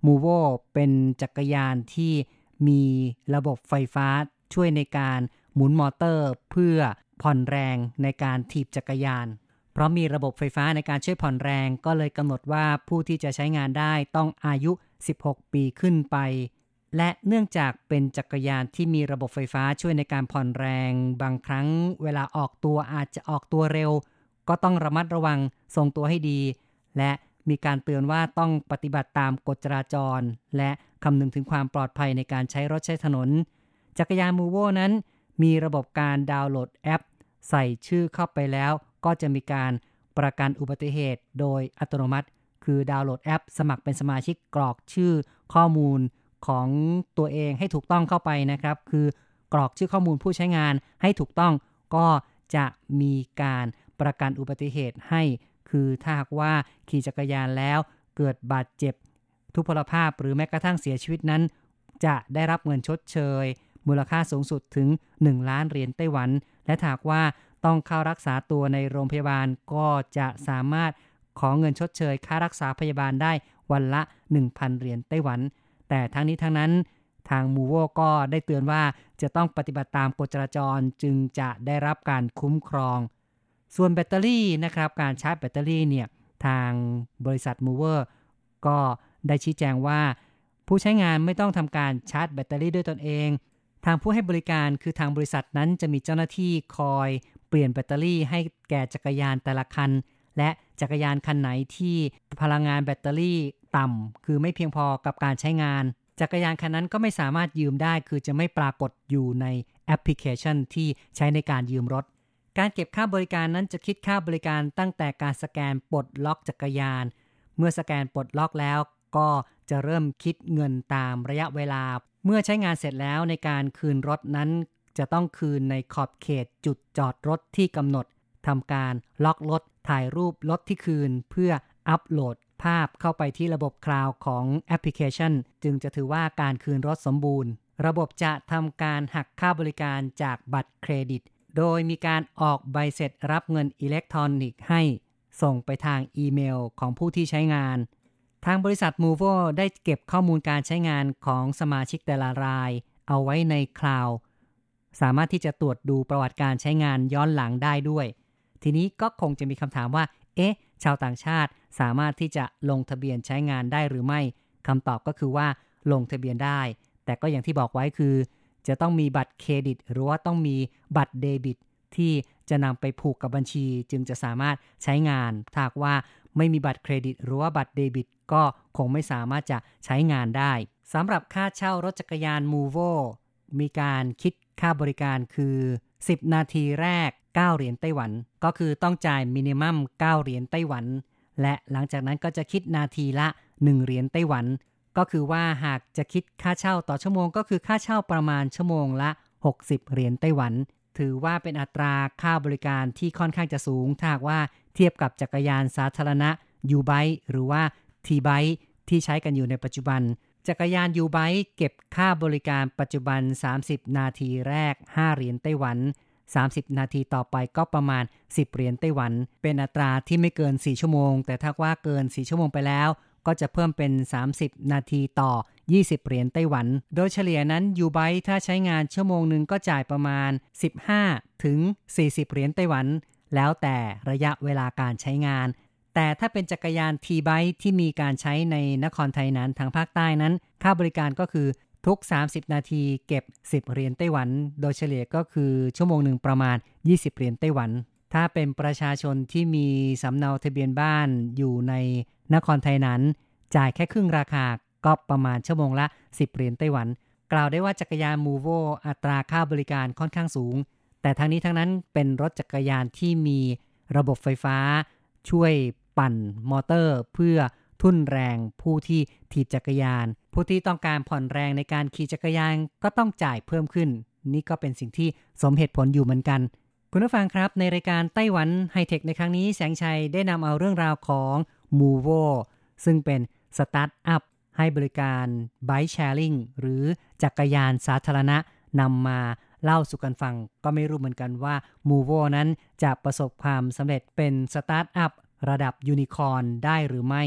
Movo เป็นจักรยานที่มีระบบไฟฟ้าช่วยในการหมุนมอเตอร์เพื่อผ่อนแรงในการถีบจักรยานเพราะมีระบบไฟฟ้าในการช่วยผ่อนแรงก็เลยกำหนดว่าผู้ที่จะใช้งานได้ต้องอายุสิบหกปีขึ้นไปและเนื่องจากเป็นจักรยานที่มีระบบไฟฟ้าช่วยในการผ่อนแรงบางครั้งเวลาออกตัวอาจจะออกตัวเร็วก็ต้องระมัดระวังทรงตัวให้ดีและมีการเตือนว่าต้องปฏิบัติตามกฎจราจรและคำนึงถึงความปลอดภัยในการใช้รถใช้ถนนจักรยาน Movo นั้นมีระบบการดาวน์โหลดแอปใส่ชื่อเข้าไปแล้วก็จะมีการประกันอุบัติเหตุโดยอัตโนมัติคือดาวน์โหลดแอปสมัครเป็นสมาชิกกรอกชื่อข้อมูลของตัวเองให้ถูกต้องเข้าไปนะครับคือกรอกชื่อข้อมูลผู้ใช้งานให้ถูกต้องก็จะมีการประกันอุบัติเหตุให้คือถ้าหากว่าขี่จักรยานแล้วเกิดบาดเจ็บทุพพลภาพหรือแม้กระทั่งเสียชีวิตนั้นจะได้รับเงินชดเชยมูลค่าสูงสุดถึงหนึ่งล้านเหรียญไต้หวันและหากว่าต้องเข้ารักษาตัวในโรงพยาบาลก็จะสามารถขอเงินชดเชยค่ารักษาพยาบาลได้วันละ หนึ่งพัน เหรียญไต้หวันแต่ทั้งนี้ทั้งนั้นทาง Movo ก็ได้เตือนว่าจะต้องปฏิบัติตามกฎจราจรจึงจะได้รับการคุ้มครองส่วนแบตเตอรี่นะครับการชาร์จแบตเตอรี่เนี่ยทางบริษัท Movo ก็ได้ชี้แจงว่าผู้ใช้งานไม่ต้องทำการชาร์จแบตเตอรี่ด้วยตนเองทางผู้ให้บริการคือทางบริษัทนั้นจะมีเจ้าหน้าที่คอยเปลี่ยนแบตเตอรี่ให้แก่จักรยานแต่ละคันและจักรยานคันไหนที่พลังงานแบตเตอรี่ต่ำคือไม่เพียงพอกับการใช้งานจักรยานคันนั้นก็ไม่สามารถยืมได้คือจะไม่ปรากฏอยู่ในแอปพลิเคชันที่ใช้ในการยืมรถการเก็บค่าบริการนั้นจะคิดค่าบริการตั้งแต่การสแกนปลดล็อกจักรยานเมื่อสแกนปลดล็อกแล้วก็จะเริ่มคิดเงินตามระยะเวลาเมื่อใช้งานเสร็จแล้วในการคืนรถนั้นจะต้องคืนในขอบเขตจุดจอดรถที่กำหนดทำการล็อกรถถ่ายรูปรถที่คืนเพื่ออัปโหลดภาพเข้าไปที่ระบบคลาวด์ของแอปพลิเคชันจึงจะถือว่าการคืนรถสมบูรณ์ระบบจะทำการหักค่าบริการจากบัตรเครดิตโดยมีการออกใบเสร็จรับเงินอิเล็กทรอนิกส์ให้ส่งไปทางอีเมลของผู้ที่ใช้งานทางบริษัท Movo ได้เก็บข้อมูลการใช้งานของสมาชิกแต่ละรายเอาไว้ในคลาวด์สามารถที่จะตรวจดูประวัติการใช้งานย้อนหลังได้ด้วยทีนี้ก็คงจะมีคำถามว่าเอ๊ะชาวต่างชาติสามารถที่จะลงทะเบียนใช้งานได้หรือไม่คำตอบก็คือว่าลงทะเบียนได้แต่ก็อย่างที่บอกไว้คือจะต้องมีบัตรเครดิตหรือว่าต้องมีบัตรเดบิตที่จะนำไปผูกกับบัญชีจึงจะสามารถใช้งานถ้าหากว่าไม่มีบัตรเครดิตหรือว่าบัตรเดบิตก็คงไม่สามารถจะใช้งานได้สำหรับค่าเช่ารถจักรยาน Movo มีการคิดค่าบริการคือสิบนาทีแรกเก้าเหรียญไต้หวันก็คือต้องจ่ายมินิมัมเก้าเหรียญไต้หวันและหลังจากนั้นก็จะคิดนาทีละหนึ่งเหรียญไต้หวันก็คือว่าหากจะคิดค่าเช่าต่อชั่วโมงก็คือค่าเช่าประมาณชั่วโมงละหกสิบเหรียญไต้หวันถือว่าเป็นอัตราค่าบริการที่ค่อนข้างจะสูงถ้าหากว่าเทียบกับจักรยานสาธารณะ U-Bike หรือว่า T-Bike ที่ใช้กันอยู่ในปัจจุบันจักรยาน U-Bike เก็บค่าบริการปัจจุบันสามสิบนาทีแรกห้าเหรียญไต้หวันสามสิบนาทีต่อไปก็ประมาณสิบเหรียญไต้หวันเป็นอัตราที่ไม่เกินสี่ชั่วโมงแต่ถ้าว่าเกินสี่ชั่วโมงไปแล้วก็จะเพิ่มเป็นสามสิบนาทีต่อยี่สิบเหรียญไต้หวันโดยเฉลี่ยนั้น U-Bike ถ้าใช้งานชั่วโมงนึงก็จ่ายประมาณสิบห้าถึงสี่สิบเหรียญไต้หวันแล้วแต่ระยะเวลาการใช้งานแต่ถ้าเป็นจักรยาน T-Bike ที่มีการใช้ในนครไทยนั้นทางภาคใต้นั้นค่าบริการก็คือทุกสามสิบนาทีเก็บสิบเหรียญไต้หวันโดยเฉลี่ยก็คือชั่วโมงหนึ่งประมาณยี่สิบเหรียญไต้หวันถ้าเป็นประชาชนที่มีสำเนาทะเบียนบ้านอยู่ในนครไทยนั้นจ่ายแค่ครึ่งราคาก็ประมาณชั่วโมงละสิบเหรียญไต้หวันกล่าวได้ว่าจักรยาน Movo อัตราค่าบริการค่อนข้างสูงแต่ทั้งนี้ทั้งนั้นเป็นรถจักรยานที่มีระบบไฟฟ้าช่วยปั่นมอเตอร์เพื่อทุ่นแรงผู้ที่ถีบจักรยานผู้ที่ต้องการผ่อนแรงในการขี่จักรยานก็ต้องจ่ายเพิ่มขึ้นนี่ก็เป็นสิ่งที่สมเหตุผลอยู่เหมือนกันคุณผู้ฟังครับในรายการไต้หวันไฮเทคในครั้งนี้แสงชัยได้นำเอาเรื่องราวของ Movo ซึ่งเป็นสตาร์ทอัพให้บริการ Bike Sharing หรือจักรยานสาธารณะนำมาเล่าสู่กันฟังก็ไม่รู้เหมือนกันว่า Movo นั้นจะประสบความสำเร็จเป็นสตาร์ทอัพระดับยูนิคอร์นได้หรือไม่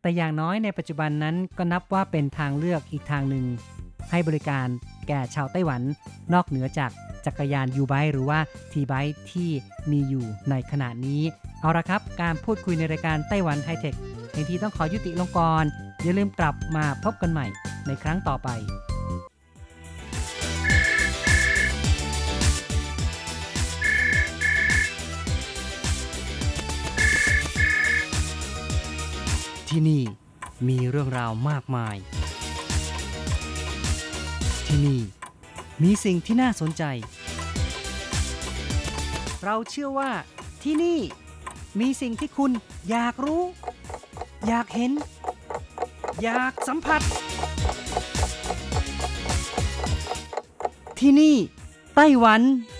แต่อย่างน้อยในปัจจุบันนั้นก็นับว่าเป็นทางเลือกอีกทางหนึ่งให้บริการแก่ชาวไต้หวันนอกเหนือจากจักรยาน U-Bike หรือว่า T-Bike ที่มีอยู่ในขณะนี้เอาละครับการพูดคุยในรายการไต้หวันไฮเทคในที่ต้องขอยุติลงก่อนอย่าลืมกลับมาพบกันใหม่ในครั้งต่อไปที่นี่มีเรื่องราวมากมายที่นี่มีสิ่งที่น่าสนใจเราเชื่อว่าที่นี่มีสิ่งที่คุณอยากรู้อยากเห็นอยากสัมผัสที่นี่ไต้หวัน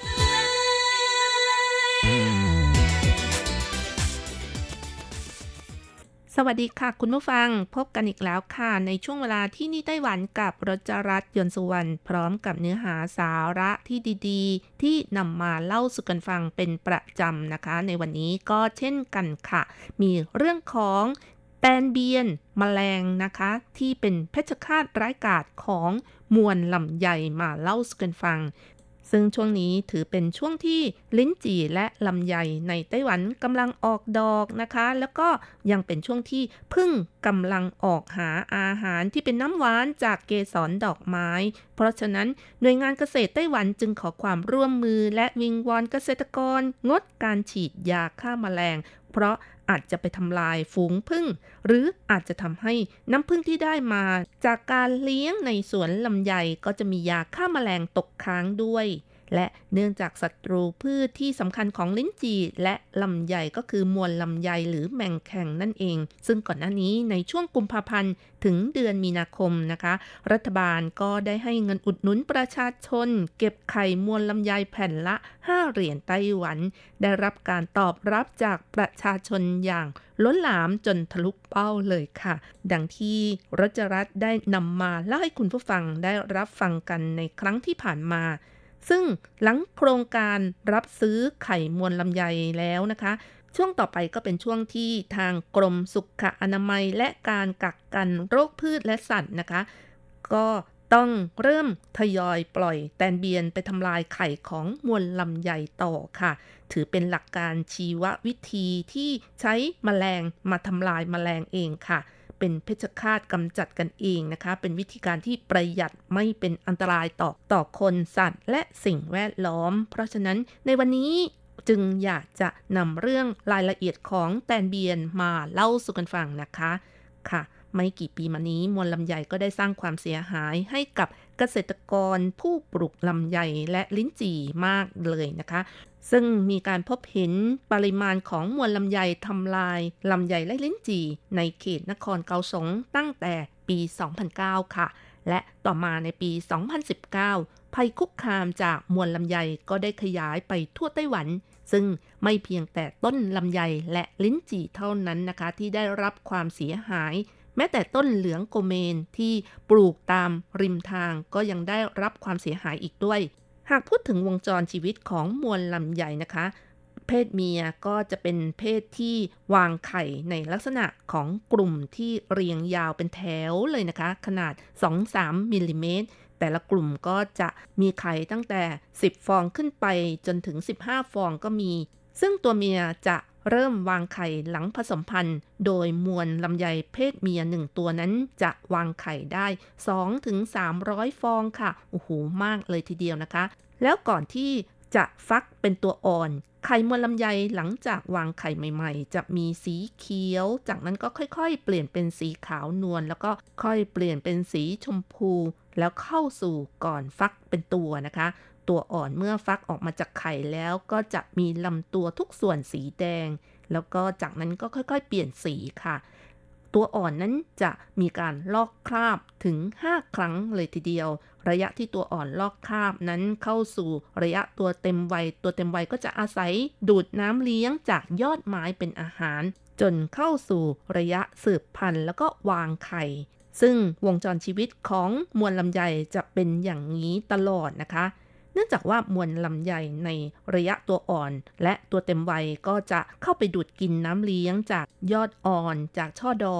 สวัสดีค่ะคุณผู้ฟังพบกันอีกแล้วค่ะในช่วงเวลาที่นี่ไต้หวันกับรจรัสยนต์สุวรรณพร้อมกับเนื้อหาสาระที่ดีๆที่นำมาเล่าสู่กันฟังเป็นประจำนะคะในวันนี้ก็เช่นกันค่ะมีเรื่องของแตนเบียนแมลงนะคะที่เป็นเพชฌฆาตร้ายกาจของมวลลำไยมาเล่าสู่กันฟังซึ่งช่วงนี้ถือเป็นช่วงที่ลิ้นจี่และลำไยในไต้หวันกำลังออกดอกนะคะแล้วก็ยังเป็นช่วงที่ผึ้งกำลังออกหาอาหารที่เป็นน้ำหวานจากเกสรดอกไม้เพราะฉะนั้นหน่วยงานเกษตรไต้หวันจึงขอความร่วมมือและวิงวอนเกษตรกรงดการฉีดยาฆ่าแมลงเพราะอาจจะไปทำลายฝูงผึ้งหรืออาจจะทำให้น้ำผึ้งที่ได้มาจากการเลี้ยงในสวนลำไยก็จะมียาฆ่าแมลงตกค้างด้วยและเนื่องจากศัตรูพืชที่สำคัญของลิ้นจี่และลำไยก็คือมวลลำไยหรือแมงแข่งนั่นเองซึ่งก่อนหน้านี้ในช่วงกุมภาพันธ์ถึงเดือนมีนาคมนะคะรัฐบาลก็ได้ให้เงินอุดหนุนประชาชนเก็บไข่มวลลำไยแผ่นละห้าเหรียญไต้หวันได้รับการตอบรับจากประชาชนอย่างล้นหลามจนทะลุเป้าเลยค่ะดังที่รจรัสได้นำมาเล่าให้คุณผู้ฟังได้รับฟังกันในครั้งที่ผ่านมาซึ่งหลังโครงการรับซื้อไข่มวลลำไยแล้วนะคะช่วงต่อไปก็เป็นช่วงที่ทางกรมสุขอนามัยและการกักกันโรคพืชและสัตว์นะคะก็ต้องเริ่มทยอยปล่อยแตนเบียนไปทำลายไข่ของมวลลำไยต่อค่ะถือเป็นหลักการชีววิธีที่ใช้แมลงมาทำลายแมลงเองค่ะเป็นเพชฌฆาตกำจัดกันเองนะคะเป็นวิธีการที่ประหยัดไม่เป็นอันตรายต่อต่อคนสัตว์และสิ่งแวดล้อมเพราะฉะนั้นในวันนี้จึงอยากจะนำเรื่องรายละเอียดของแตนเบียนมาเล่าสู่กันฟังนะคะค่ะไม่กี่ปีมานี้มวลลำไยก็ได้สร้างความเสียหายให้กับเกษตรกรผู้ปลูกลำไยและลิ้นจี่มากเลยนะคะซึ่งมีการพบเห็นปริมาณของมวลลำไยทำลายลำไยและลิ้นจี่ในเขตนครเกาสงตั้งแต่ปีสองพันเก้าค่ะและต่อมาในปีสองพันสิบเก้าภัยคุกคามจากมวลลำไยก็ได้ขยายไปทั่วไต้หวันซึ่งไม่เพียงแต่ต้นลำไยและลิ้นจี่เท่านั้นนะคะที่ได้รับความเสียหายแม้แต่ต้นเหลืองโกเมนที่ปลูกตามริมทางก็ยังได้รับความเสียหายอีกด้วยหากพูดถึงวงจรชีวิตของมวลลำไยนะคะเพศเมียก็จะเป็นเพศที่วางไข่ในลักษณะของกลุ่มที่เรียงยาวเป็นแถวเลยนะคะขนาด สองถึงสาม มิลลิเมตรแต่ละกลุ่มก็จะมีไข่ตั้งแต่สิบฟองขึ้นไปจนถึงสิบห้าฟองก็มีซึ่งตัวเมียจะเริ่มวางไข่หลังผสมพันธุ์โดยมวลลำไยเพศเมียหนึ่งตัวนั้นจะวางไข่ได้ สองถึงสามร้อย ฟองค่ะโอ้โหมากเลยทีเดียวนะคะแล้วก่อนที่จะฟักเป็นตัวอ่อนไข่มวลลำไยหลังจากวางไข่ใหม่ๆจะมีสีเขียวจากนั้นก็ค่อยๆเปลี่ยนเป็นสีขาวนวลแล้วก็ค่อยเปลี่ยนเป็นสีชมพูแล้วเข้าสู่ก่อนฟักเป็นตัวนะคะตัวอ่อนเมื่อฟักออกมาจากไข่แล้วก็จะมีลำตัวทุกส่วนสีแดงแล้วก็จากนั้นก็ค่อยๆเปลี่ยนสีค่ะตัวอ่อนนั้นจะมีการลอกคราบถึงห้าครั้งเลยทีเดียวระยะที่ตัวอ่อนลอกคราบนั้นเข้าสู่ระยะตัวเต็มวัยตัวเต็มวัยก็จะอาศัยดูดน้ำเลี้ยงจากยอดไม้เป็นอาหารจนเข้าสู่ระยะสืบพันธุ์แล้วก็วางไข่ซึ่งวงจรชีวิตของมวลลำไยจะเป็นอย่างนี้ตลอดนะคะเนื่องจากว่ามวลลำไยในระยะตัวอ่อนและตัวเต็มวัยก็จะเข้าไปดูดกินน้ำเลี้ยงจากยอดอ่อนจากช่อดอก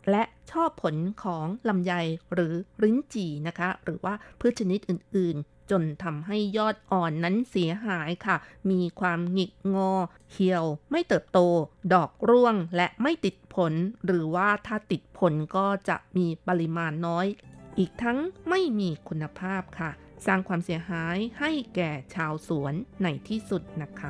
และช่อผลของลำไยหรือลิ้นจี่นะคะหรือว่าพืชชนิดอื่นๆจนทำให้ยอดอ่อนนั้นเสียหายค่ะมีความหงิกงอเหี่ยวไม่เติบโตดอกร่วงและไม่ติดผลหรือว่าถ้าติดผลก็จะมีปริมาณน้อยอีกทั้งไม่มีคุณภาพค่ะสร้างความเสียหายให้แก่ชาวสวนในที่สุดนะคะ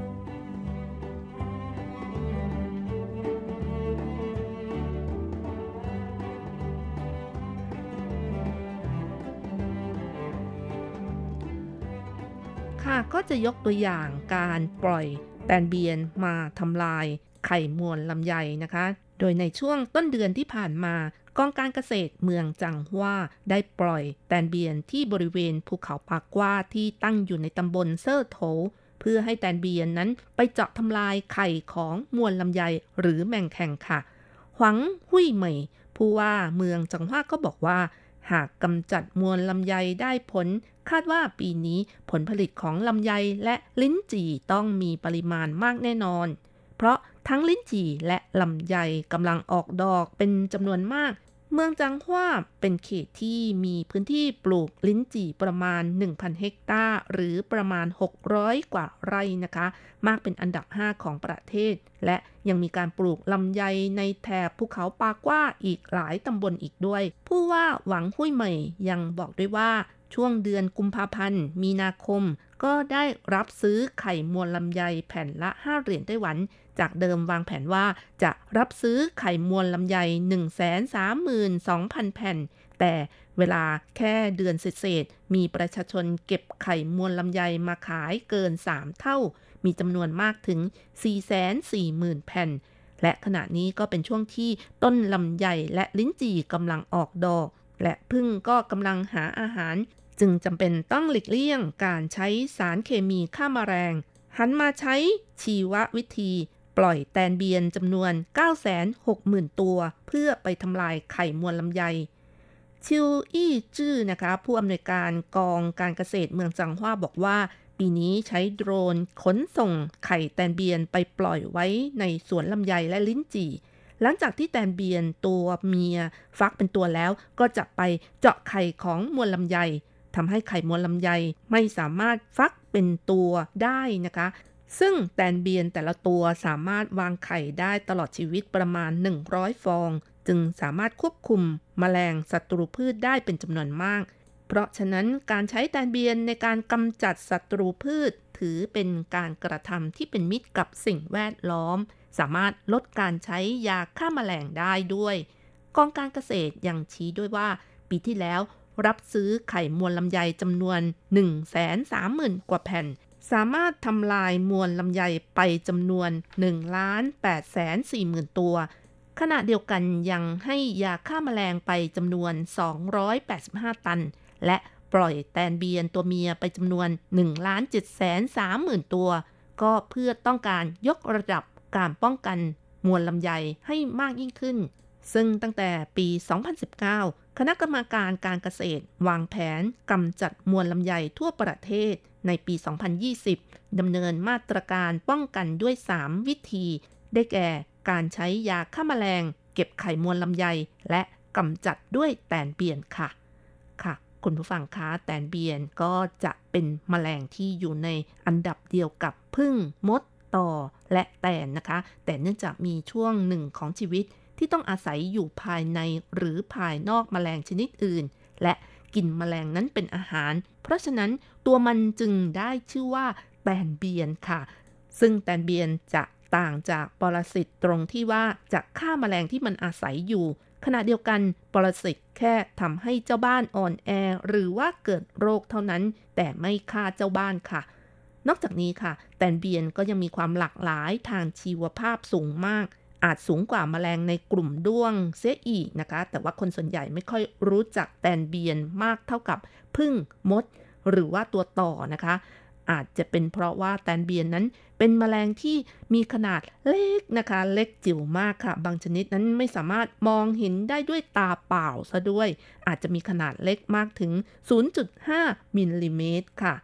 ค่ะก็จะยกตัวอย่างการปล่อยแตนเบียนมาทำลายไข่มวลลำไยนะคะโดยในช่วงต้นเดือนที่ผ่านมากองการเกษตรเมืองจังหว่าได้ปล่อยแตนเบียนที่บริเวณภูเขาปากกว้าที่ตั้งอยู่ในตำบลเซ่อโถเพื่อให้แตนเบียนนั้นไปเจาะทำลายไข่ของมวลลำไยหรือแมงแคงค่ะหวังหุ่ยเหมยผู้ว่าเมืองจังหว่าก็บอกว่าหากกำจัดมวลลำไยได้ผลคาดว่าปีนี้ผลผลิตของลำไยและลิ้นจี่ต้องมีปริมาณมากแน่นอนเพราะทั้งลิ้นจี่และลำไยกำลังออกดอกเป็นจำนวนมากเมืองจังหว่าเป็นเขตที่มีพื้นที่ปลูกลิ้นจี่ประมาณ หนึ่งพัน เฮกตาร์หรือประมาณหกร้อยกว่าไร่นะคะมากเป็นอันดับห้าของประเทศและยังมีการปลูกลำไยในแถบภูเขาปากกว้าอีกหลายตำบลอีกด้วยผู้ว่าหวังหุ่ยเหมยยังบอกด้วยว่าช่วงเดือนกุมภาพันธ์มีนาคมก็ได้รับซื้อไข่มวลลำไยแผ่นละห้าเหรียญไต้หวันจากเดิมวางแผนว่าจะรับซื้อไข่มวลลำไย หนึ่งแสนสามหมื่นสองพัน แผ่นแต่เวลาแค่เดือนเศษๆมีประชาชนเก็บไข่มวลลำไยมาขายเกินสามเท่ามีจำนวนมากถึง สี่แสนสี่หมื่น แผ่นและขณะนี้ก็เป็นช่วงที่ต้นลำไยและลิ้นจี่กำลังออกดอกและผึ้งก็กำลังหาอาหารจึงจำเป็นต้องหลีกเลี่ยงการใช้สารเคมีฆ่าแมลงหันมาใช้ชีววิธีปล่อยแตนเบียนจำนวน เก้าแสนหกหมื่น ตัวเพื่อไปทำลายไข่มวลลำไยชิวอี้จื้อนะคะผู้อำนวยการกองการเกษตรเมืองจังหว่าบอกว่าปีนี้ใช้โดรนขนส่งไข่แตนเบียนไปปล่อยไว้ในสวนลำไยและลิ้นจี่หลังจากที่แตนเบียนตัวเมียฟักเป็นตัวแล้วก็จะไปเจาะไข่ของมวลลำไยทำให้ไข่มวลลำไยไม่สามารถฟักเป็นตัวได้นะคะซึ่งแตนเบียนแต่ละตัวสามารถวางไข่ได้ตลอดชีวิตประมาณหนึ่งร้อยฟองจึงสามารถควบคุมแมลงศัตรูพืชได้เป็นจำนวนมากเพราะฉะนั้นการใช้แตนเบียนในการกำจัดศัตรูพืชถือเป็นการกระทำที่เป็นมิตรกับสิ่งแวดล้อมสามารถลดการใช้ยาฆ่าแมลงได้ด้วยกองการเกษตรยังชี้ด้วยว่าปีที่แล้วรับซื้อไข่มวลลำไยจำนวน หนึ่งแสนสามหมื่น กว่าแผ่นสามารถทำลายมวลลำไยไปจำนวน หนึ่งล้านแปดแสนสี่หมื่น ตัวขณะเดียวกันยังให้ยาฆ่าแมลงไปจำนวนสองร้อยแปดสิบห้าตันและปล่อยแตนเบียนตัวเมียไปจำนวน หนึ่งล้านเจ็ดแสนสามหมื่น ตัวก็เพื่อต้องการยกระดับการป้องกันมวลลำไยให้มากยิ่งขึ้นซึ่งตั้งแต่ปี สองพันสิบเก้า คณะกรรมการการเกษตรวางแผนกำจัดมวลลำไยทั่วประเทศในปี สองพันยี่สิบ ดำเนินมาตรการป้องกันด้วย สาม วิธีได้แก่การใช้ยาฆ่าแมลงเก็บไข่มวลลำไยและกำจัดด้วยแตนเบียนค่ะค่ะคุณผู้ฟังคะแตนเบียนก็จะเป็นแมลงที่อยู่ในอันดับเดียวกับผึ้งมดต่อและแตนนะคะแต่เนื่องจากมีช่วงหนึ่งของชีวิตที่ต้องอาศัยอยู่ภายในหรือภายนอกแมลงชนิดอื่นและกินแมลงนั้นเป็นอาหารเพราะฉะนั้นตัวมันจึงได้ชื่อว่าแตนเบียนค่ะซึ่งแตนเบียนจะต่างจากปรสิตตรงที่ว่าจะฆ่าแมลงที่มันอาศัยอยู่ขณะเดียวกันปรสิตแค่ทำให้เจ้าบ้านอ่อนแอหรือว่าเกิดโรคเท่านั้นแต่ไม่ฆ่าเจ้าบ้านค่ะนอกจากนี้ค่ะแตนเบียนก็ยังมีความหลากหลายทางชีวภาพสูงมากอาจสูงกว่าแมลงในกลุ่มด้วงเสียอีกนะคะแต่ว่าคนส่วนใหญ่ไม่ค่อยรู้จักแตนเบียนมากเท่ากับผึ้งมดหรือว่าตัวต่อนะคะอาจจะเป็นเพราะว่าแตนเบียนนั้นเป็นแมลงที่มีขนาดเล็กนะคะเล็กจิ๋วมากค่ะบางชนิดนั้นไม่สามารถมองเห็นได้ด้วยตาเปล่าซะด้วยอาจจะมีขนาดเล็กมากถึง ศูนย์จุดห้า มิลลิเมตรค่ะ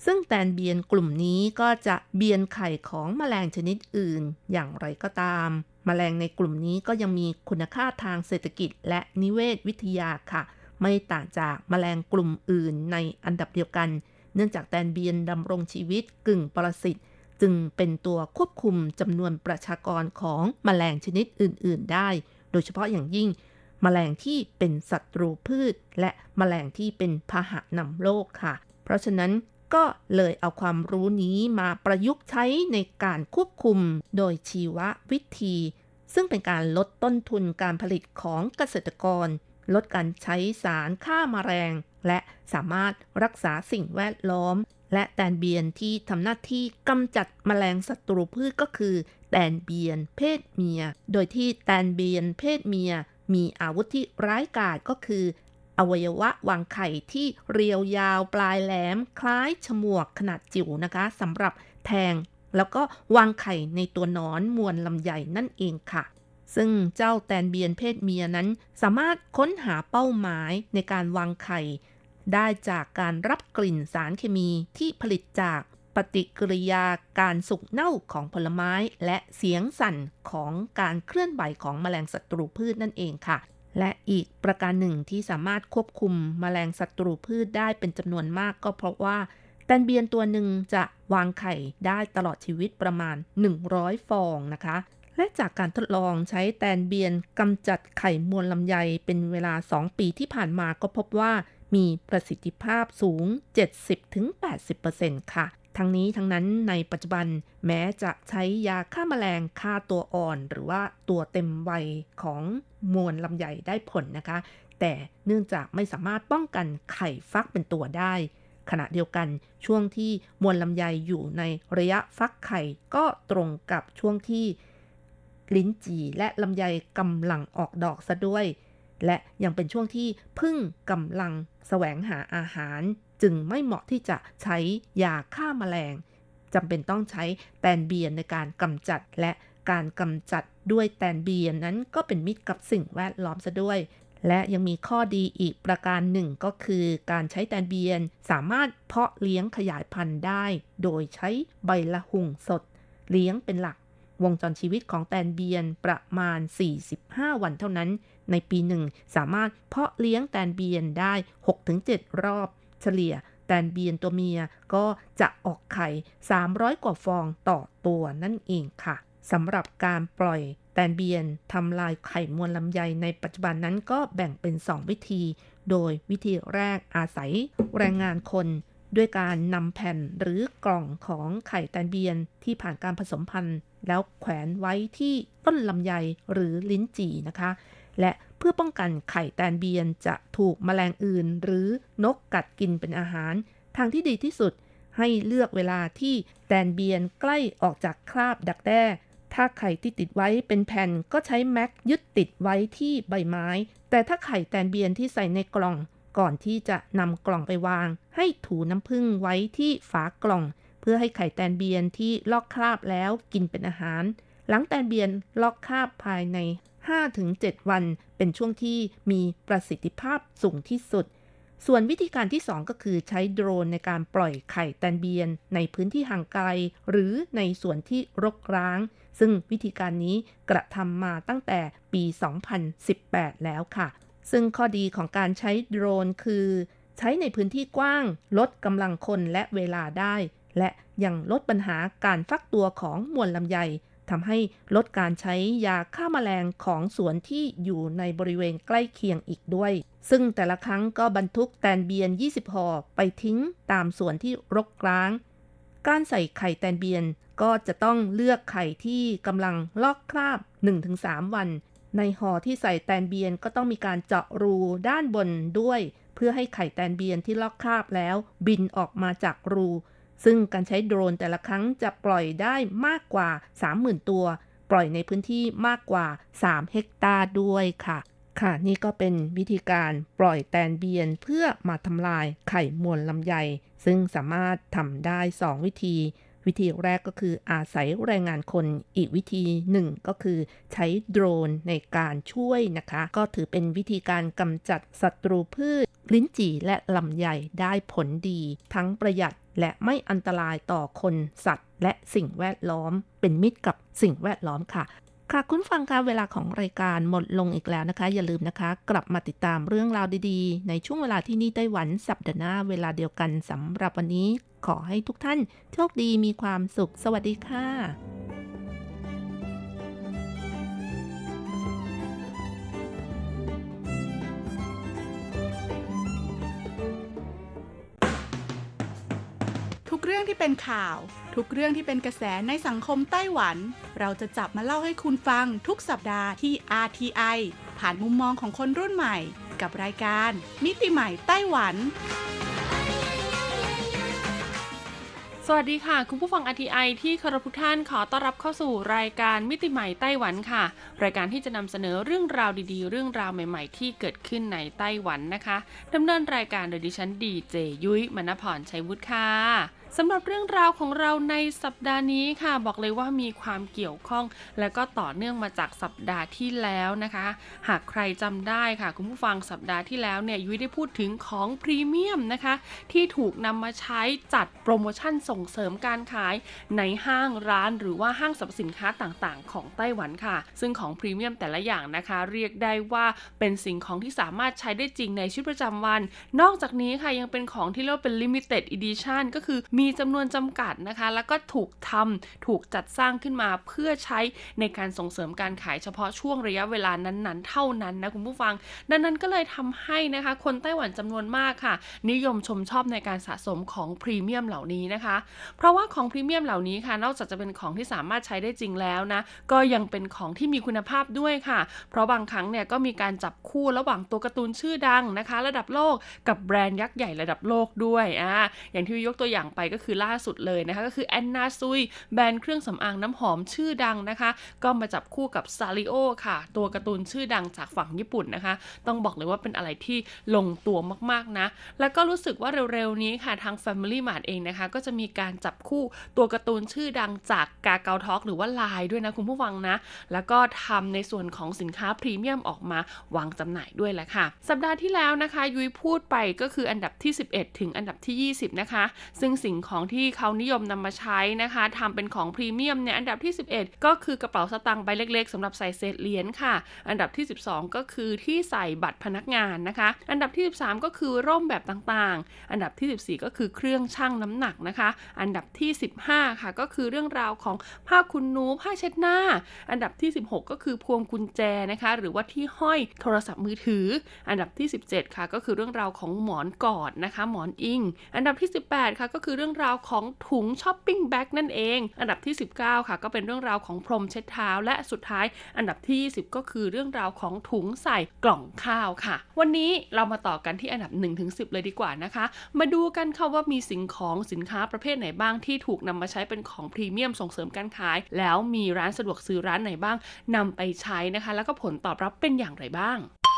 ซึ่งแตนเบียนกลุ่มนี้ก็จะเบียนไข่ของแมลงชนิดอื่นอย่างไรก็ตามแมลงในกลุ่มนี้ก็ยังมีคุณค่าทางเศรษฐกิจและนิเวศวิทยาค่ะไม่ต่างจากแมลงกลุ่มอื่นในอันดับเดียวกันเนื่องจากแตนเบียนดำรงชีวิตกึ่งปรสิตจึงเป็นตัวควบคุมจำนวนประชากรของแมลงชนิดอื่นๆได้โดยเฉพาะอย่างยิ่งแมลงที่เป็นศัตรูพืชและแมลงที่เป็นพาหะนำโรคค่ะเพราะฉะนั้นก็เลยเอาความรู้นี้มาประยุกต์ใช้ในการควบคุมโดยชีววิธีซึ่งเป็นการลดต้นทุนการผลิตของเกษตรกรลดการใช้สารฆ่าแมลงและสามารถรักษาสิ่งแวดล้อมและแตนเบียนที่ทำหน้าที่กำจัดแมลงศัตรูพืชก็คือแตนเบียนเพศเมียโดยที่แตนเบียนเพศเมียมีอาวุธที่ร้ายกาจก็คืออวัยวะวางไข่ที่เรียวยาวปลายแหลมคล้ายฉมวกขนาดจิ๋วนะคะสำหรับแทงแล้วก็วางไข่ในตัวหนอนมวลลำไยนั่นเองค่ะซึ่งเจ้าแตนเบียนเพศเมียนั้นสามารถค้นหาเป้าหมายในการวางไข่ได้จากการรับกลิ่นสารเคมีที่ผลิตจากปฏิกิริยาการสุกเน่าของผลไม้และเสียงสั่นของการเคลื่อนไหวของแมลงศัตรูพืชนั่นเองค่ะและอีกประการหนึ่งที่สามารถควบคุมแมลงศัตรูพืชได้เป็นจำนวนมากก็เพราะว่าแตนเบียนตัวหนึ่งจะวางไข่ได้ตลอดชีวิตประมาณหนึ่งร้อยฟองนะคะและจากการทดลองใช้แตนเบียนกำจัดไข่มวลลำไยเป็นเวลาสองปีที่ผ่านมาก็พบว่ามีประสิทธิภาพสูง เจ็ดสิบถึงแปดสิบเปอร์เซ็นต์ ค่ะทั้งนี้ทั้งนั้นในปัจจุบันแม้จะใช้ยาฆ่าแมลงฆ่าตัวอ่อนหรือว่าตัวเต็มวัยของมวลลำไยได้ผลนะคะแต่เนื่องจากไม่สามารถป้องกันไข่ฟักเป็นตัวได้ขณะเดียวกันช่วงที่มวลลำไยอยู่ในระยะฟักไข่ก็ตรงกับช่วงที่ลิ้นจี่และลำไยกำลังออกดอกซะด้วยและยังเป็นช่วงที่ผึ้งกำลังแสวงหาอาหารจึงไม่เหมาะที่จะใช้ยาฆ่าแมลงจำเป็นต้องใช้แตนเบียนในการกำจัดและการกำจัดด้วยแตนเบียนนั้นก็เป็นมิตรกับสิ่งแวดล้อมซะด้วยและยังมีข้อดีอีกประการหนึ่งก็คือการใช้แตนเบียนสามารถเพาะเลี้ยงขยายพันธุ์ได้โดยใช้ใบละหุ่งสดเลี้ยงเป็นหลักวงจรชีวิตของแตนเบียนประมาณสี่สิบห้าวันเท่านั้นในปีหนึ่งสามารถเพาะเลี้ยงแตนเบียนได้ หกถึงเจ็ด รอบเฉลี่ยแตนเบียนตัวเมียก็จะออกไข่สามร้อยกว่าฟองต่อตัวนั่นเองค่ะสำหรับการปล่อยแตนเบียนทำลายไข่มวลลำไยในปัจจุบันนั้นก็แบ่งเป็นสองวิธีโดยวิธีแรกอาศัยแรงงานคนด้วยการนำแผ่นหรือกล่องของไข่แตนเบียนที่ผ่านการผสมพันธุ์แล้วแขวนไว้ที่ต้นลำไยหรือลิ้นจี่นะคะและเพื่อป้องกันไข่แตนเบียนจะถูกแมลงอื่นหรือนกกัดกินเป็นอาหารทางที่ดีที่สุดให้เลือกเวลาที่แตนเบียนใกล้ออกจากคราบดักแด้ถ้าไข่ที่ติดไว้เป็นแผ่นก็ใช้แม็กยึดติดไว้ที่ใบไม้แต่ถ้าไข่แตนเบียนที่ใส่ในกล่องก่อนที่จะนำกล่องไปวางให้ถูน้ำผึ้งไว้ที่ฝากล่องเพื่อให้ไข่แตนเบียนที่ลอกคราบแล้วกินเป็นอาหารหลังแตนเบียนลอกคราบภายใน ห้าถึงเจ็ด วันเป็นช่วงที่มีประสิทธิภาพสูงที่สุดส่วนวิธีการที่สองก็คือใช้โดรนในการปล่อยไข่แตนเบียนในพื้นที่ห่างไกลหรือในส่วนที่รกร้างซึ่งวิธีการนี้กระทำมาตั้งแต่ปี สองพันสิบแปด แล้วค่ะซึ่งข้อดีของการใช้โดรนคือใช้ในพื้นที่กว้างลดกำลังคนและเวลาได้และยังลดปัญหาการฟักตัวของมวลลำไยทำให้ลดการใช้ยาฆ่าแมลงของสวนที่อยู่ในบริเวณใกล้เคียงอีกด้วยซึ่งแต่ละครั้งก็บรรทุกแตนเบียนยี่สิบห่อไปทิ้งตามสวนที่รกร้างการใส่ไข่แตนเบียนก็จะต้องเลือกไข่ที่กำลังลอกคราบ หนึ่งถึงสาม วันในห่อที่ใส่แตนเบียนก็ต้องมีการเจาะรูด้านบนด้วยเพื่อให้ไข่แตนเบียนที่ลอกคราบแล้วบินออกมาจากรูซึ่งการใช้โดรนแต่ละครั้งจะปล่อยได้มากกว่า สามหมื่น ตัวปล่อยในพื้นที่มากกว่าสามเฮกตาร์ด้วยค่ะค่ะนี่ก็เป็นวิธีการปล่อยแตนเบียนเพื่อมาทำลายไข่มวลลำไยซึ่งสามารถทำได้สองวิธีวิธีแรกก็คืออาศัยแรงงานคนอีกวิธีหนึ่งก็คือใช้โดรนในการช่วยนะคะก็ถือเป็นวิธีการกำจัดศัตรูพืชลิ้นจี่และลำไยได้ผลดีทั้งประหยัดและไม่อันตรายต่อคนสัตว์และสิ่งแวดล้อมเป็นมิตรกับสิ่งแวดล้อมค่ะค่ะคุณฟังคะเวลาของรายการหมดลงอีกแล้วนะคะอย่าลืมนะคะกลับมาติดตามเรื่องราวดีๆในช่วงเวลาที่นี่ไต้หวันสัปดาห์หน้าเวลาเดียวกันสำหรับวันนี้ขอให้ทุกท่านโชคดีมีความสุขสวัสดีค่ะทุกเรื่องที่เป็นข่าวทุกเรื่องที่เป็นกระแสในสังคมไต้หวันเราจะจับมาเล่าให้คุณฟังทุกสัปดาห์ที่ อาร์ ที ไอ ผ่านมุมมองของคนรุ่นใหม่กับรายการมิติใหม่ไต้หวันสวัสดีค่ะคุณผู้ฟัง อาร์ ที ไอ ที่เคารพทุกท่านขอต้อนรับเข้าสู่รายการมิติใหม่ไต้หวันค่ะรายการที่จะนำเสนอเรื่องราวดีๆเรื่องราวใหม่ๆที่เกิดขึ้นในไต้หวันนะคะดำเนินรายการโดยดิฉันดีเจยุ้ยมณพรชัยวุฒิค่ะสำหรับเรื่องราวของเราในสัปดาห์นี้ค่ะบอกเลยว่ามีความเกี่ยวข้องและก็ต่อเนื่องมาจากสัปดาห์ที่แล้วนะคะหากใครจำได้ค่ะคุณผู้ฟังสัปดาห์ที่แล้วเนี่ยยุ้ยได้พูดถึงของพรีเมียมนะคะที่ถูกนำมาใช้จัดโปรโมชั่นส่งเสริมการขายในห้างร้านหรือว่าห้างสรรพสินค้าต่างๆของไต้หวันค่ะซึ่งของพรีเมียมแต่ละอย่างนะคะเรียกได้ว่าเป็นสิ่งของที่สามารถใช้ได้จริงในชีวิตประจำวันนอกจากนี้ค่ะยังเป็นของที่เรียกว่าเป็น limited edition ก็คือมีจำนวนจำกัดนะคะแล้วก็ถูกทำถูกจัดสร้างขึ้นมาเพื่อใช้ในการส่งเสริมการขายเฉพาะช่วงระยะเวลานั้นๆเท่านั้นนะคุณผู้ฟังดังนั้นก็เลยทำให้นะคะคนไต้หวันจำนวนมากค่ะนิยมชมชอบในการสะสมของพรีเมียมเหล่านี้นะคะเพราะว่าของพรีเมียมเหล่านี้ค่ะนอกจากจะเป็นของที่สามารถใช้ได้จริงแล้วนะก็ยังเป็นของที่มีคุณภาพด้วยค่ะเพราะบางครั้งเนี่ยก็มีการจับคู่ระหว่างตัวการ์ตูนชื่อดังนะคะระดับโลกกับแบรนด์ยักษ์ใหญ่ระดับโลกด้วยอ่าอย่างที่ยกตัวอย่างไปก็คือล่าสุดเลยนะคะก็คือแอนนาซุยแบรนด์เครื่องสำอางน้ำหอมชื่อดังนะคะก็มาจับคู่กับซาริโอค่ะตัวการ์ตูนชื่อดังจากฝั่งญี่ปุ่นนะคะต้องบอกเลยว่าเป็นอะไรที่ลงตัวมากๆนะแล้วก็รู้สึกว่าเร็วๆนี้ค่ะทาง Family Mart เองนะคะก็จะมีการจับคู่ตัวการ์ตูนชื่อดังจากกาเกาทอล์กหรือว่า ไลน์ ด้วยนะคุณผู้ฟังนะแล้วก็ทำในส่วนของสินค้าพรีเมียมออกมาวางจำหน่ายด้วยแหละค่ะสัปดาห์ที่แล้วนะคะยุ้ยพูดไปก็คืออันดับที่สิบเอ็ดถึงอันดับที่ยี่สิบนะคะซึ่งสิ่งของที่เขานิยมนำมาใช้นะคะทำเป็นของพรีเมียมเนี่ยอันดับที่สิบเอ็ดก็คือกระเป๋าสตางค์ใบเล็กๆสำหรับใส่เศษเหรียญค่ะอันดับที่สิบสองก็คือที่ใส่บัตรพนักงานนะคะอันดับที่สิบสามก็คือร่มแบบต่างๆอันดับที่สิบสี่ก็คือเครื่องชั่งน้ำหนักนะคะอันดับที่สิบห้าค่ะก็คือเรื่องราวของผ้าขนหนูผ้าเช็ดหน้าอันดับที่สิบหกก็คือพวงกุญแจนะคะหรือว่าที่ห้อยโทรศัพท์มือถืออันดับที่สิบเจ็ดค่ะก็คือเรื่องราวของหมอนกอดนะคะหมอนอิงอันดับที่สิบแปดค่ะก็คือเรื่องราวของถุงช้อปปิ้งแบ็กนั่นเองอันดับที่สิบเก้าค่ะก็เป็นเรื่องราวของพรมเช็ดเท้าและสุดท้ายอันดับที่ยี่สิบก็คือเรื่องราวของถุงใส่กล่องข้าวค่ะวันนี้เรามาต่อกันที่อันดับ หนึ่งถึงสิบ เลยดีกว่านะคะมาดูกันค่ะว่ามีสิ่งของสินค้าประเภทไหนบ้างที่ถูกนำมาใช้เป็นของพรีเมียมส่งเสริมการขายแล้วมีร้านสะดวกซื้อร้านไหนบ้างนำไปใช้นะคะแล้วก็ผลตอบรับเป็นอย่างไรบ้าง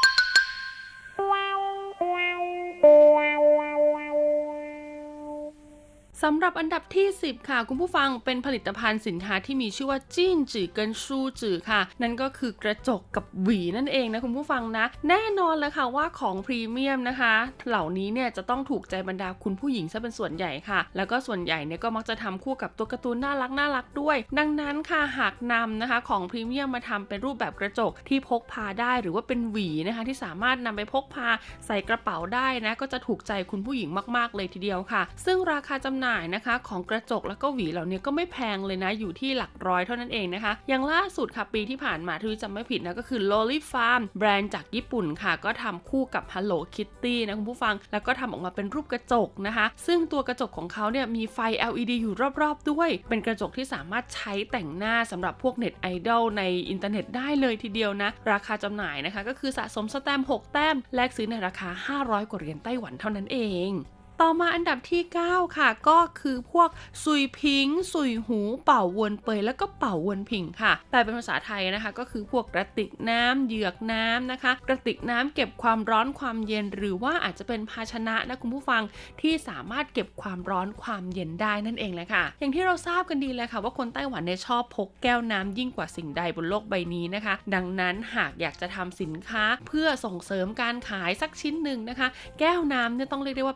สำหรับอันดับที่สิบค่ะคุณผู้ฟังเป็นผลิตภัณฑ์สินค้าที่มีชื่อว่าจิ้นจื่อเกินชูจื่อค่ะนั่นก็คือกระจกกับหวีนั่นเองนะคุณผู้ฟังนะแน่นอนเลยค่ะว่าของพรีเมียมนะคะเหล่านี้เนี่ยจะต้องถูกใจบรรดาคุณผู้หญิงซะเป็นส่วนใหญ่ค่ะแล้วก็ส่วนใหญ่เนี่ยก็มักจะทำคู่กับตัวการ์ตูนน่ารักน่ารักด้วยดังนั้นค่ะหากนำนะคะของพรีเมียมมาทำเป็นรูปแบบกระจกที่พกพาได้หรือว่าเป็นหวีนะคะที่สามารถนำไปพกพาใส่กระเป๋าได้นะก็จะถูกใจคุณผู้หญิงมากๆเลยทีเดียวค่ะซึ่งราคาจำหน่ายนะคะของกระจกแล้วก็หวีเหล่านี้ก็ไม่แพงเลยนะอยู่ที่หลักร้อยเท่านั้นเองนะคะอย่างล่าสุดค่ะปีที่ผ่านมาที่จำไม่ผิดนะก็คือ Lolly Farm แบรนด์จากญี่ปุ่นค่ะก็ทำคู่กับ Hello Kitty นะคุณผู้ฟังแล้วก็ทำออกมาเป็นรูปกระจกนะคะซึ่งตัวกระจกของเขาเนี่ยมีไฟ แอล อี ดี อยู่รอบๆด้วยเป็นกระจกที่สามารถใช้แต่งหน้าสำหรับพวกเน็ตไอดอลในอินเทอร์เน็ตได้เลยทีเดียวนะราคาจำหน่ายนะคะก็คือสะสมสแตมป์หกแต้มแลกซื้อในราคาห้าร้อยกว่าเหรียญไต้หวันเท่านั้นเองต่อมาอันดับที่เก้าค่ะก็คือพวกซุยพิงซุยหูเป่าวนเปยแล้วก็เป่าวนผิงค่ะแปลเป็นภาษาไทยนะคะก็คือพวกกระติกน้ำเหยือกน้ำนะคะกระติกน้ำเก็บความร้อนความเย็นหรือว่าอาจจะเป็นภาชนะนะคุณผู้ฟังที่สามารถเก็บความร้อนความเย็นได้นั่นเองแหละค่ะอย่างที่เราทราบกันดีเลยค่ะว่าคนไต้หวันเนี่ยชอบพกแก้วน้ำยิ่งกว่าสิ่งใดบนโลกใบนี้นะคะดังนั้นหากอยากจะทำสินค้าเพื่อส่งเสริมการขายสักชิ้นหนึ่งนะคะแก้วน้ำเนี่ยต้องเรียกได้ว่าเป็นตัวเลือก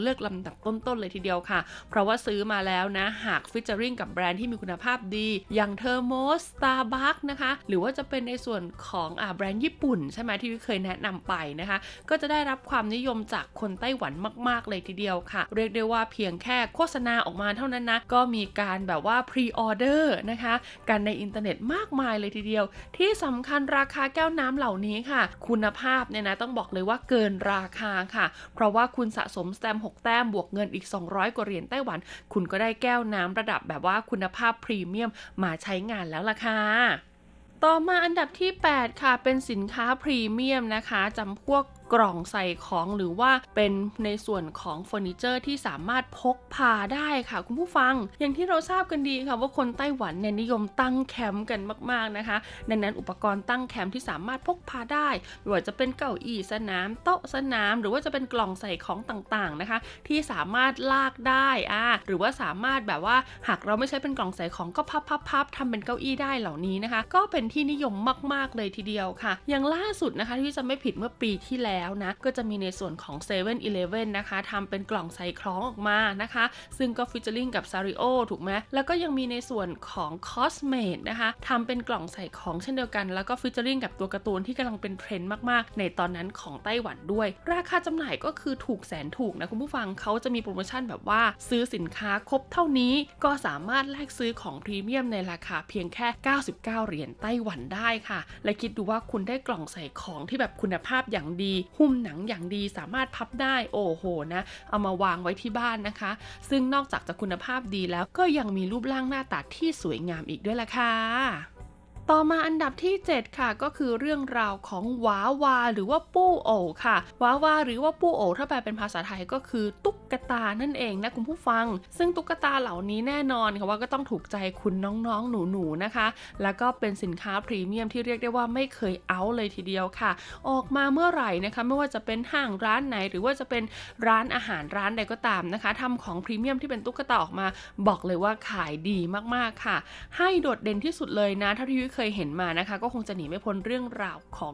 ลือกลำดับต้นๆเลยทีเดียวค่ะเพราะว่าซื้อมาแล้วนะหากฟิชเจอริงกับแบรนด์ที่มีคุณภาพดีอย่างเทอร์โมส Starbucks นะคะหรือว่าจะเป็นในส่วนของอ่าแบรนด์ญี่ปุ่นใช่ไหมที่เคยแนะนำไปนะคะก็จะได้รับความนิยมจากคนไต้หวันมากๆเลยทีเดียวค่ะเรียกได้ว่าเพียงแค่โฆษณาออกมาเท่านั้นนะก็มีการแบบว่าพรีออเดอร์นะคะกันในอินเทอร์เน็ตมากมายเลยทีเดียวที่สำคัญราคาแก้วน้ำเหล่านี้ค่ะคุณภาพเนี่ยนะต้องบอกเลยว่าเกินราคาค่ะเพราะว่าคุณสะสมสแตมป์หกแต้มบวกเงินอีกสองร้อยกว่าเหรียญไต้หวันคุณก็ได้แก้วน้ำระดับแบบว่าคุณภาพพรีเมียมมาใช้งานแล้วล่ะค่ะต่อมาอันดับที่แปดค่ะเป็นสินค้าพรีเมียมนะคะจำพวกกล่องใส่ของหรือว่าเป็นในส่วนของเฟอร์นิเจอร์ที่สามารถพกพาได้ค่ะคุณผู้ฟังอย่างที่เราทราบกันดีค่ะว่าคนไต้หวันเนี่ยนิยมตั้งแคมป์กันมากๆนะคะดังนั้นอุปกรณ์ตั้งแคมป์ที่สามารถพกพาได้ไม่ว่าจะเป็นเก้าอี้สนามโต๊ะสนามหรือว่าจะเป็นกล่องใส่ของต่างๆนะคะที่สามารถลากได้อ่าหรือว่าสามารถแบบว่าหากเราไม่ใช้เป็นกล่องใส่ของก็พับๆๆทำเป็นเก้าอี้ได้เหล่านี้นะคะก็เป็นที่นิยมมากๆเลยทีเดียวค่ะอย่างล่าสุดนะคะที่จะไม่ผิดเมื่อปีที่แล้วนะก็จะมีในส่วนของ เซเว่น อีเลฟเว่น นะคะทำเป็นกล่องใส่คล้องออกมานะคะซึ่งก็ฟิชเจอริงกับ Sanrio ถูกไหมแล้วก็ยังมีในส่วนของ Cosmate นะคะทำเป็นกล่องใส่ของเช่นเดียวกันแล้วก็ฟิชเจอริงกับตัวการ์ตูนที่กำลังเป็นเทรนด์มากๆในตอนนั้นของไต้หวันด้วยราคาจำหน่ายก็คือถูกแสนถูกนะคุณผู้ฟังเขาจะมีโปรโมชั่นแบบว่าซื้อสินค้าครบเท่านี้ก็สามารถแลกซื้อของพรีเมียมในราคาเพียงแค่เก้าสิบเก้าเหรียญไต้หวันได้ค่ะและคิดดูว่าคุณได้กล่องใส่ของที่แบบคุณภาพอย่างดีหุ้มหนังอย่างดีสามารถพับได้โอ้โหนะเอามาวางไว้ที่บ้านนะคะซึ่งนอกจากจะคุณภาพดีแล้วก็ยังมีรูปร่างหน้าตาที่สวยงามอีกด้วยล่ะค่ะต่อมาอันดับที่เจ็ดค่ะก็คือเรื่องราวของหวาวาหรือว่าปู้โอ๋ค่ะหวาวาหรือว่าปู้โอ๋ถ้าแปลเป็นภาษาไทยก็คือตุ๊กตานั่นเองนะคุณผู้ฟังซึ่งตุ๊กตาเหล่านี้แน่นอนค่ะว่าก็ต้องถูกใจคุณน้องๆหนูๆนะคะแล้วก็เป็นสินค้าพรีเมียมที่เรียกได้ว่าไม่เคยเอาเลยทีเดียวค่ะออกมาเมื่อไหร่นะคะไม่ว่าจะเป็นห้างร้านไหนหรือว่าจะเป็นร้านอาหารร้านใดก็ตามนะคะทำของพรีเมียมที่เป็นตุ๊กตาออกมาบอกเลยว่าขายดีมากๆค่ะให้โดดเด่นที่สุดเลยนะเท่าที่เคยเห็นมานะคะก็คงจะหนีไม่พ้นเรื่องราวของ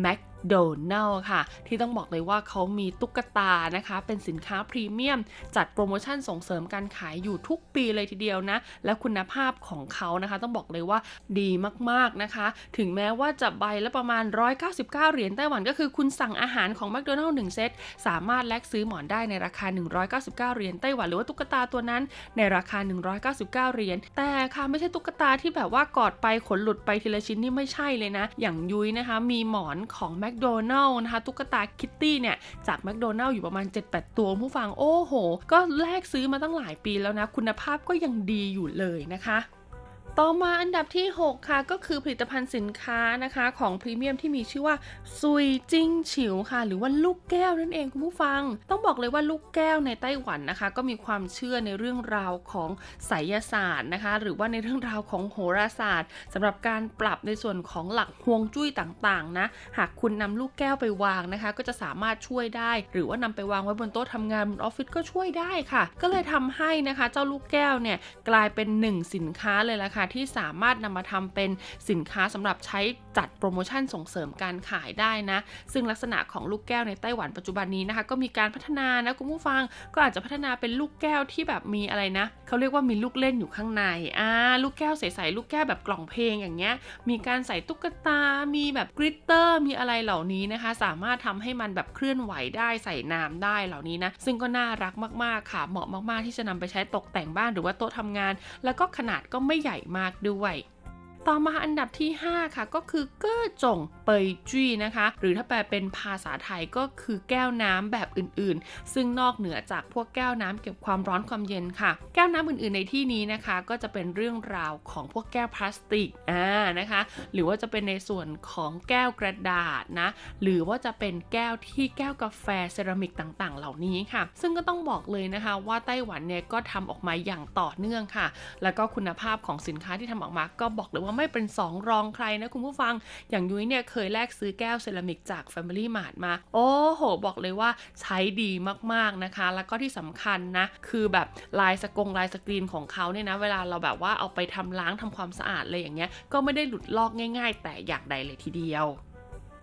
McDonald ค่ะที่ต้องบอกเลยว่าเขามีตุ๊กตานะคะเป็นสินค้าพรีเมียมจัดโปรโมชั่นส่งเสริมการขายอยู่ทุกปีเลยทีเดียวนะและคุณภาพของเขานะคะต้องบอกเลยว่าดีมากๆนะคะถึงแม้ว่าจะใบละประมาณหนึ่งร้อยเก้าสิบเก้าเหรียญไต้หวันก็คือคุณสั่งอาหารของ McDonald หนึ่งเซตสามารถแลกซื้อหมอนได้ในราคาหนึ่งร้อยเก้าสิบเก้าเหรียญไต้หวันหรือว่าตุ๊กตาตัวนั้นในราคาหนึ่งร้อยเก้าสิบเก้าเหรียญแต่ค่ะไม่ใช่ตุ๊กตาที่แบบว่ากอดไปขนหลุดไปทีละชิ้นนี่ไม่ใช่เลยนะอย่างยุ้ยนะคะมีหมอนของ McDonald นะคะตุ๊กตาคิตตี้เนี่ยจาก McDonald อยู่ประมาณ เจ็ดแปด ตัวผู้ฟังโอ้โหก็แลกซื้อมาตั้งหลายปีแล้วนะคุณภาพก็ยังดีอยู่เลยนะคะต่อมาอันดับที่หกค่ะก็คือผลิตภัณฑ์สินค้านะคะของพรีเมียมที่มีชื่อว่าซุยจิ้งฉิวค่ะหรือว่าลูกแก้วนั่นเองคุณผู้ฟังต้องบอกเลยว่าลูกแก้วในไต้หวันนะคะก็มีความเชื่อในเรื่องราวของไสยศาสตร์นะคะหรือว่าในเรื่องราวของโหราศาสตร์สำหรับการปรับในส่วนของหลักฮวงจุ้ยต่างๆนะหากคุณนำลูกแก้วไปวางนะคะก็จะสามารถช่วยได้หรือว่านำไปวางไว้บนโต๊ะทำงานบนออฟฟิศก็ช่วยได้ค่ะก็เลยทำให้นะคะเจ้าลูกแก้วเนี่ยกลายเป็นหนึ่งสินค้าเลยละค่ะที่สามารถนำมาทำเป็นสินค้าสำหรับใช้จัดโปรโมชั่นส่งเสริมการขายได้นะซึ่งลักษณะของลูกแก้วในไต้หวันปัจจุบันนี้นะคะก็มีการพัฒนานะคุณผู้ฟังก็อาจจะพัฒนาเป็นลูกแก้วที่แบบมีอะไรนะเขาเรียกว่ามีลูกเล่นอยู่ข้างในอ่าลูกแก้วใสๆลูกแก้วแบบกล่องเพลงอย่างเงี้ยมีการใส่ตุ๊กตามีแบบกริตเตอร์มีอะไรเหล่านี้นะคะสามารถทำให้มันแบบเคลื่อนไหวได้ใส่น้ำได้เหล่านี้นะซึ่งก็น่ารักมากๆค่ะเหมาะมากๆที่จะนำไปใช้ตกแต่งบ้านหรือว่าโต๊ะทำงานแล้วก็ขนาดก็ไม่ใหญ่มากด้วยต่อมาอันดับที่ห้าค่ะก็คือเก้อจงเปยจี้นะคะหรือถ้าแปลเป็นภาษาไทยก็คือแก้วน้ำแบบอื่นๆซึ่งนอกเหนือจากพวกแก้วน้ำเก็บความร้อนความเย็นค่ะแก้วน้ำอื่นๆในที่นี้นะคะก็จะเป็นเรื่องราวของพวกแก้วพลาสติกอ่านะคะหรือว่าจะเป็นในส่วนของแก้วกระดาษนะหรือว่าจะเป็นแก้วที่แก้วกาแฟเซรามิกต่างๆเหล่านี้ค่ะซึ่งก็ต้องบอกเลยนะคะว่าไต้หวันเนี่ยก็ทำออกมาอย่างต่อเนื่องค่ะแล้วก็คุณภาพของสินค้าที่ทำออกมาก็บอกเลยว่าไม่เป็นสองรองใครนะคุณผู้ฟังอย่างยุ้ยเนี่ยเคยแลกซื้อแก้วเซรามิกจาก Family Mart มาโอ้โหบอกเลยว่าใช้ดีมากๆนะคะแล้วก็ที่สำคัญนะคือแบบลายสกงลายสกรีนของเขาเนี่ยนะเวลาเราแบบว่าเอาไปทำล้างทำความสะอาดเลยอย่างเงี้ยก็ไม่ได้หลุดลอกง่ายๆแต่อย่างใดเลยทีเดียว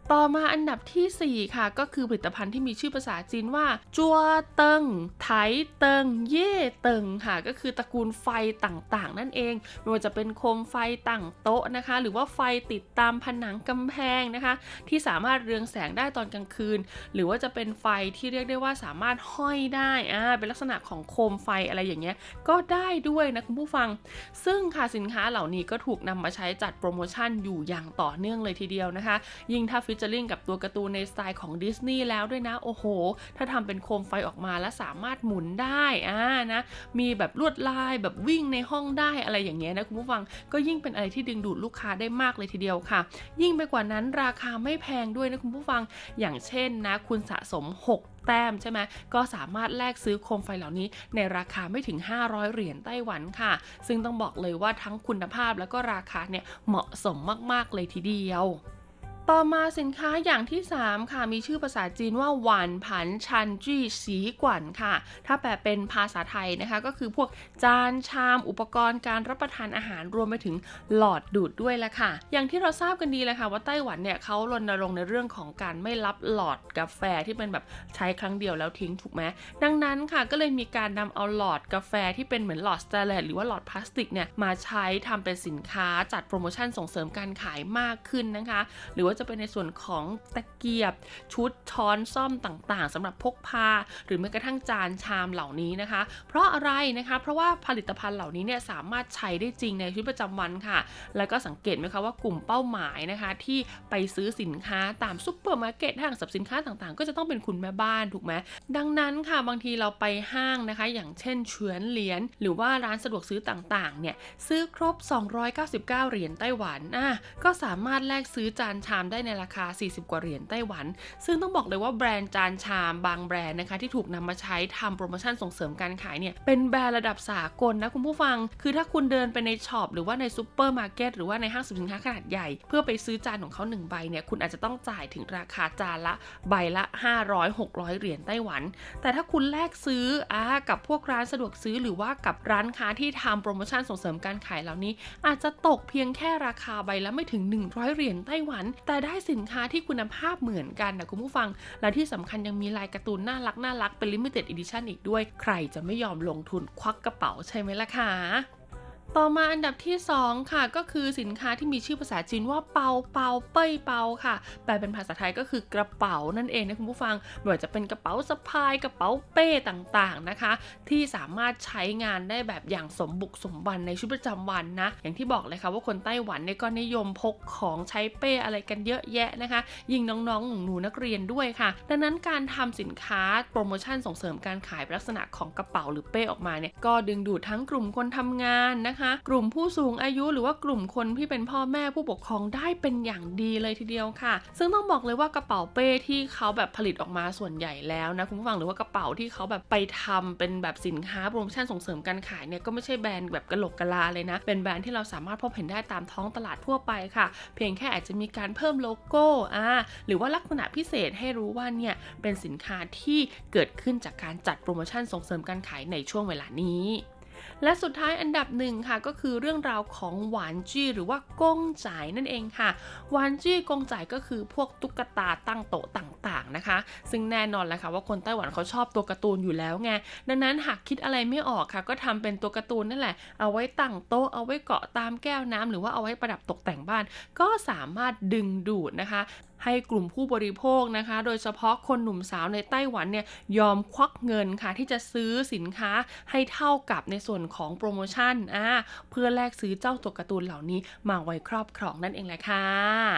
ต่อมาอันดับที่สี่ค่ะก็คือผลิตภัณฑ์ที่มีชื่อภาษาจีนว่าจัวเติงไถเติงเย่เติงค่ะก็คือตระกูลไฟต่างๆนั่นเองไม่ว่าจะเป็นโคมไฟตั้งโต๊ะนะคะหรือว่าไฟติดตามผนังกำแพงนะคะที่สามารถเรืองแสงได้ตอนกลางคืนหรือว่าจะเป็นไฟที่เรียกได้ว่าสามารถห้อยได้อ่าเป็นลักษณะของโคมไฟอะไรอย่างเงี้ยก็ได้ด้วยนะคุณผู้ฟังซึ่งค่ะสินค้าเหล่านี้ก็ถูกนำมาใช้จัดโปรโมชั่นอยู่อย่างต่อเนื่องเลยทีเดียวนะคะยิ่งถ้าฟิชเจอริ่งกับตัวการ์ตูนในสไตล์ของดิสนีย์แล้วด้วยนะโอ้โหถ้าทำเป็นโคมไฟออกมาแล้วสามารถหมุนได้อ่านะมีแบบลวดลายแบบวิ่งในห้องได้อะไรอย่างเงี้ยนะคุณผู้ฟังก็ยิ่งเป็นอะไรที่ดึงดูดลูกค้าได้มากเลยทีเดียวค่ะยิ่งไปกว่านั้นราคาไม่แพงด้วยนะคุณผู้ฟังอย่างเช่นนะคุณสะสมหกแต้มใช่ไหมก็สามารถแลกซื้อโคมไฟเหล่านี้ในราคาไม่ถึงห้าร้อยเหรียญไต้หวันค่ะซึ่งต้องบอกเลยว่าทั้งคุณภาพแล้วก็ราคาเนี่ยเหมาะสมมากๆเลยทีเดียวต่อมาสินค้าอย่างที่สามค่ะมีชื่อภาษาจีนว่าหวานผันชันจี้สีกวนค่ะถ้าแปลเป็นภาษาไทยนะคะก็คือพวกจานชามอุปกรณ์การรับประทานอาหารรวมไปถึงหลอดดูดด้วยละค่ะอย่างที่เราทราบกันดีเลยค่ะว่าไต้หวันเนี่ยเขารณรงค์ในเรื่องของการไม่รับหลอดกาแฟที่เป็นแบบใช้ครั้งเดียวแล้วทิ้งถูกไหมดังนั้นค่ะก็เลยมีการนำเอาหลอดกาแฟที่เป็นเหมือนหลอดสแตนเลสหรือว่าหลอดพลาสติกเนี่ยมาใช้ทำเป็นสินค้าจัดโปรโมชั่นส่งเสริมการขายมากขึ้นนะคะหรือว่าจะเป็นในส่วนของตะเกียบชุดช้อนซ่อมต่างๆสำหรับพกพาหรือแม้กระทั่งจานชามเหล่านี้นะคะเพราะอะไรนะคะเพราะว่าผลิตภัณฑ์เหล่านี้เนี่ยสามารถใช้ได้จริงในชีวิตประจำวันค่ะแล้วก็สังเกตไหมคะว่ากลุ่มเป้าหมายนะคะที่ไปซื้อสินค้าตามซุปเปอร์มาร์เก็ตห้างสรรพสินค้าต่างๆก็จะต้องเป็นคุณแม่บ้านถูกไหมดังนั้นค่ะบางทีเราไปห้างนะคะอย่างเช่นเฉวนเหรียญหรือว่าร้านสะดวกซื้อต่างๆเนี่ยซื้อครบสองร้อยเก้าสิบเก้าเหรียญไต้หวันอ่ะก็สามารถแลกซื้อจานชามได้ในราคาสี่สิบกว่าเหรียญไต้หวันซึ่งต้องบอกเลยว่าแบรนด์จานชามบางแบรนด์นะคะที่ถูกนำมาใช้ทำโปรโมชั่นส่งเสริมการขายเนี่ยเป็นแบรนด์ระดับสากลนะคุณผู้ฟังคือถ้าคุณเดินไปในช็อปหรือว่าในซูเปอร์มาร์เก็ตหรือว่าในห้างสรรพสินค้าขนาดใหญ่เพื่อไปซื้อจานของเขาหนึ่งใบเนี่ยคุณอาจจะต้องจ่ายถึงราคาจานละใบละห้าร้อย หกร้อยเหรียญไต้หวันแต่ถ้าคุณแลกซื้ออ่ากับพวกร้านสะดวกซื้อหรือว่ากับร้านค้าที่ทำโปรโมชั่นส่งเสริมการขายเหล่านี้อาจจะตกเพียงแค่ราคาใบละไม่ถึงหนึ่งร้อยเหรียญไต้หวันแต่ได้สินค้าที่คุณภาพเหมือนกันนะคุณผู้ฟังและที่สำคัญยังมีลายการ์ตูนน่ารักน่ารักเป็น Limited Edition อีกด้วยใครจะไม่ยอมลงทุนควักกระเป๋าใช่ไหมล่ะคะต่อมาอันดับที่สองค่ะก็คือสินค้าที่มีชื่อภาษาจีนว่าเปาเปาเป้ยเปาค่ะแปลเป็นภาษาไทยก็คือกระเป๋านั่นเองนะคุณผู้ฟังไม่ว่าจะเป็นกระเป๋าสะพายกระเป๋าเป้ต่างๆนะคะที่สามารถใช้งานได้แบบอย่างสมบุกสมบันในชีวิตประจำวันนะอย่างที่บอกเลยค่ะว่าคนไต้หวันเนี่ยก็นิยมพกของใช้เป้อะไรกันเยอะแยะนะคะยิ่งน้องๆหนูๆนักเรียนด้วยค่ะดังนั้นการทำสินค้าโปรโมชั่นส่งเสริมการขายลักษณะของกระเป๋าหรือเป้ออกมาเนี่ยก็ดึงดูดทั้งกลุ่มคนทำงานนะคะกลุ่มผู้สูงอายุหรือว่ากลุ่มคนที่เป็นพ่อแม่ผู้ปกครองได้เป็นอย่างดีเลยทีเดียวค่ะซึ่งต้องบอกเลยว่ากระเป๋าเป้ที่เขาแบบผลิตออกมาส่วนใหญ่แล้วนะคุณผู้ฟังหรือว่ากระเป๋าที่เขาแบบไปทำเป็นแบบสินค้าโปรโมชั่นส่งเสริมการขายเนี่ยก็ไม่ใช่แบรนด์แบบกะโหลกกะลาเลยนะเป็นแบรนด์ที่เราสามารถพบเห็นได้ตามท้องตลาดทั่วไปค่ะเพียงแค่อาจจะมีการเพิ่มโลโก้อ่าหรือว่าลักษณะพิเศษให้รู้ว่าเนี่ยเป็นสินค้าที่เกิดขึ้นจากการจัดโปรโมชั่นส่งเสริมการขายในช่วงเวลานี้และสุดท้ายอันดับหนึ่งค่ะก็คือเรื่องราวของหวานจี้หรือว่าก้งจ่ายนั่นเองค่ะหวานจี้ก้งจ่ายก็คือพวกตุ๊กตาตั้งโต๊ะต่างๆนะคะซึ่งแน่นอนแหละค่ะว่าคนไต้หวันเขาชอบตัวการ์ตูนอยู่แล้วไงดังนั้นหากคิดอะไรไม่ออกค่ะก็ทำเป็นตัวการ์ตูนนั่นแหละเอาไว้ตั้งโต๊ะเอาไว้เกาะตามแก้วน้ำหรือว่าเอาไว้ประดับตกแต่งบ้านก็สามารถดึงดูดนะคะให้กลุ่มผู้บริโภคนะคะโดยเฉพาะคนหนุ่มสาวในไต้หวันเนี่ยยอมควักเงินค่ะที่จะซื้อสินค้าให้เท่ากับในส่วนของโปรโมชั่นอ่าเพื่อแลกซื้อเจ้าตัวการ์ตูนเหล่านี้มาไว้ครอบครองนั่นเองแหละค่ะ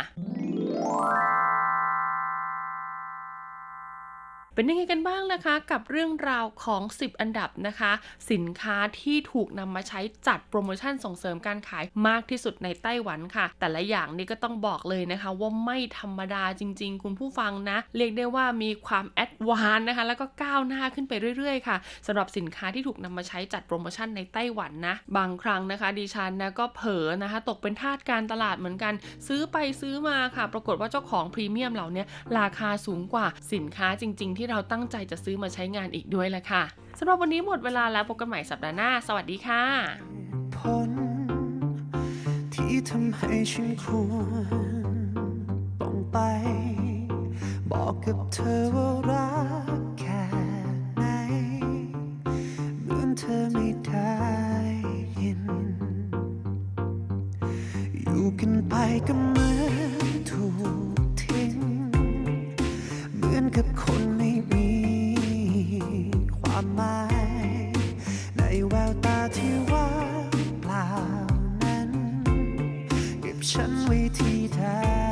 เป็นยังไงกันบ้างนะคะกับเรื่องราวของสิบอันดับนะคะสินค้าที่ถูกนำมาใช้จัดโปรโมชั่นส่งเสริมการขายมากที่สุดในไต้หวันค่ะแต่ละอย่างนี้ก็ต้องบอกเลยนะคะว่าไม่ธรรมดาจริงๆคุณผู้ฟังนะเรียกได้ว่ามีความแอดวานซ์นะคะแล้วก็ก้าวหน้าขึ้นไปเรื่อยๆค่ะสำหรับสินค้าที่ถูกนำมาใช้จัดโปรโมชั่นในไต้หวันนะบางครั้งนะคะดิฉันนะก็เผลอนะคะตกเป็นทาสการตลาดเหมือนกันซื้อไปซื้อมาค่ะปรากฏว่าเจ้าของพรีเมียมเหล่านี้ราคาสูงกว่าสินค้าจริงๆที่เราตั้งใจจะซื้อมาใช้งานอีกด้วยแหละค่ะสำหรับวันนี้หมดเวลาแล้วพบกันใหม่สัปดาห์หน้าสวัสดีค่ะผลที่ทำให้ฉันควรต้องไปไปบอกกับเธอว่ารักแค่ไหนเหมือนเธอไม่ได้ยินอยู่กันไปก็เหมือนถูกทิ้งเหมือนกับคนไม่มีความหมายในแววตาที่ว่างเปล่านั้นเก็บฉันไว้ที่ใด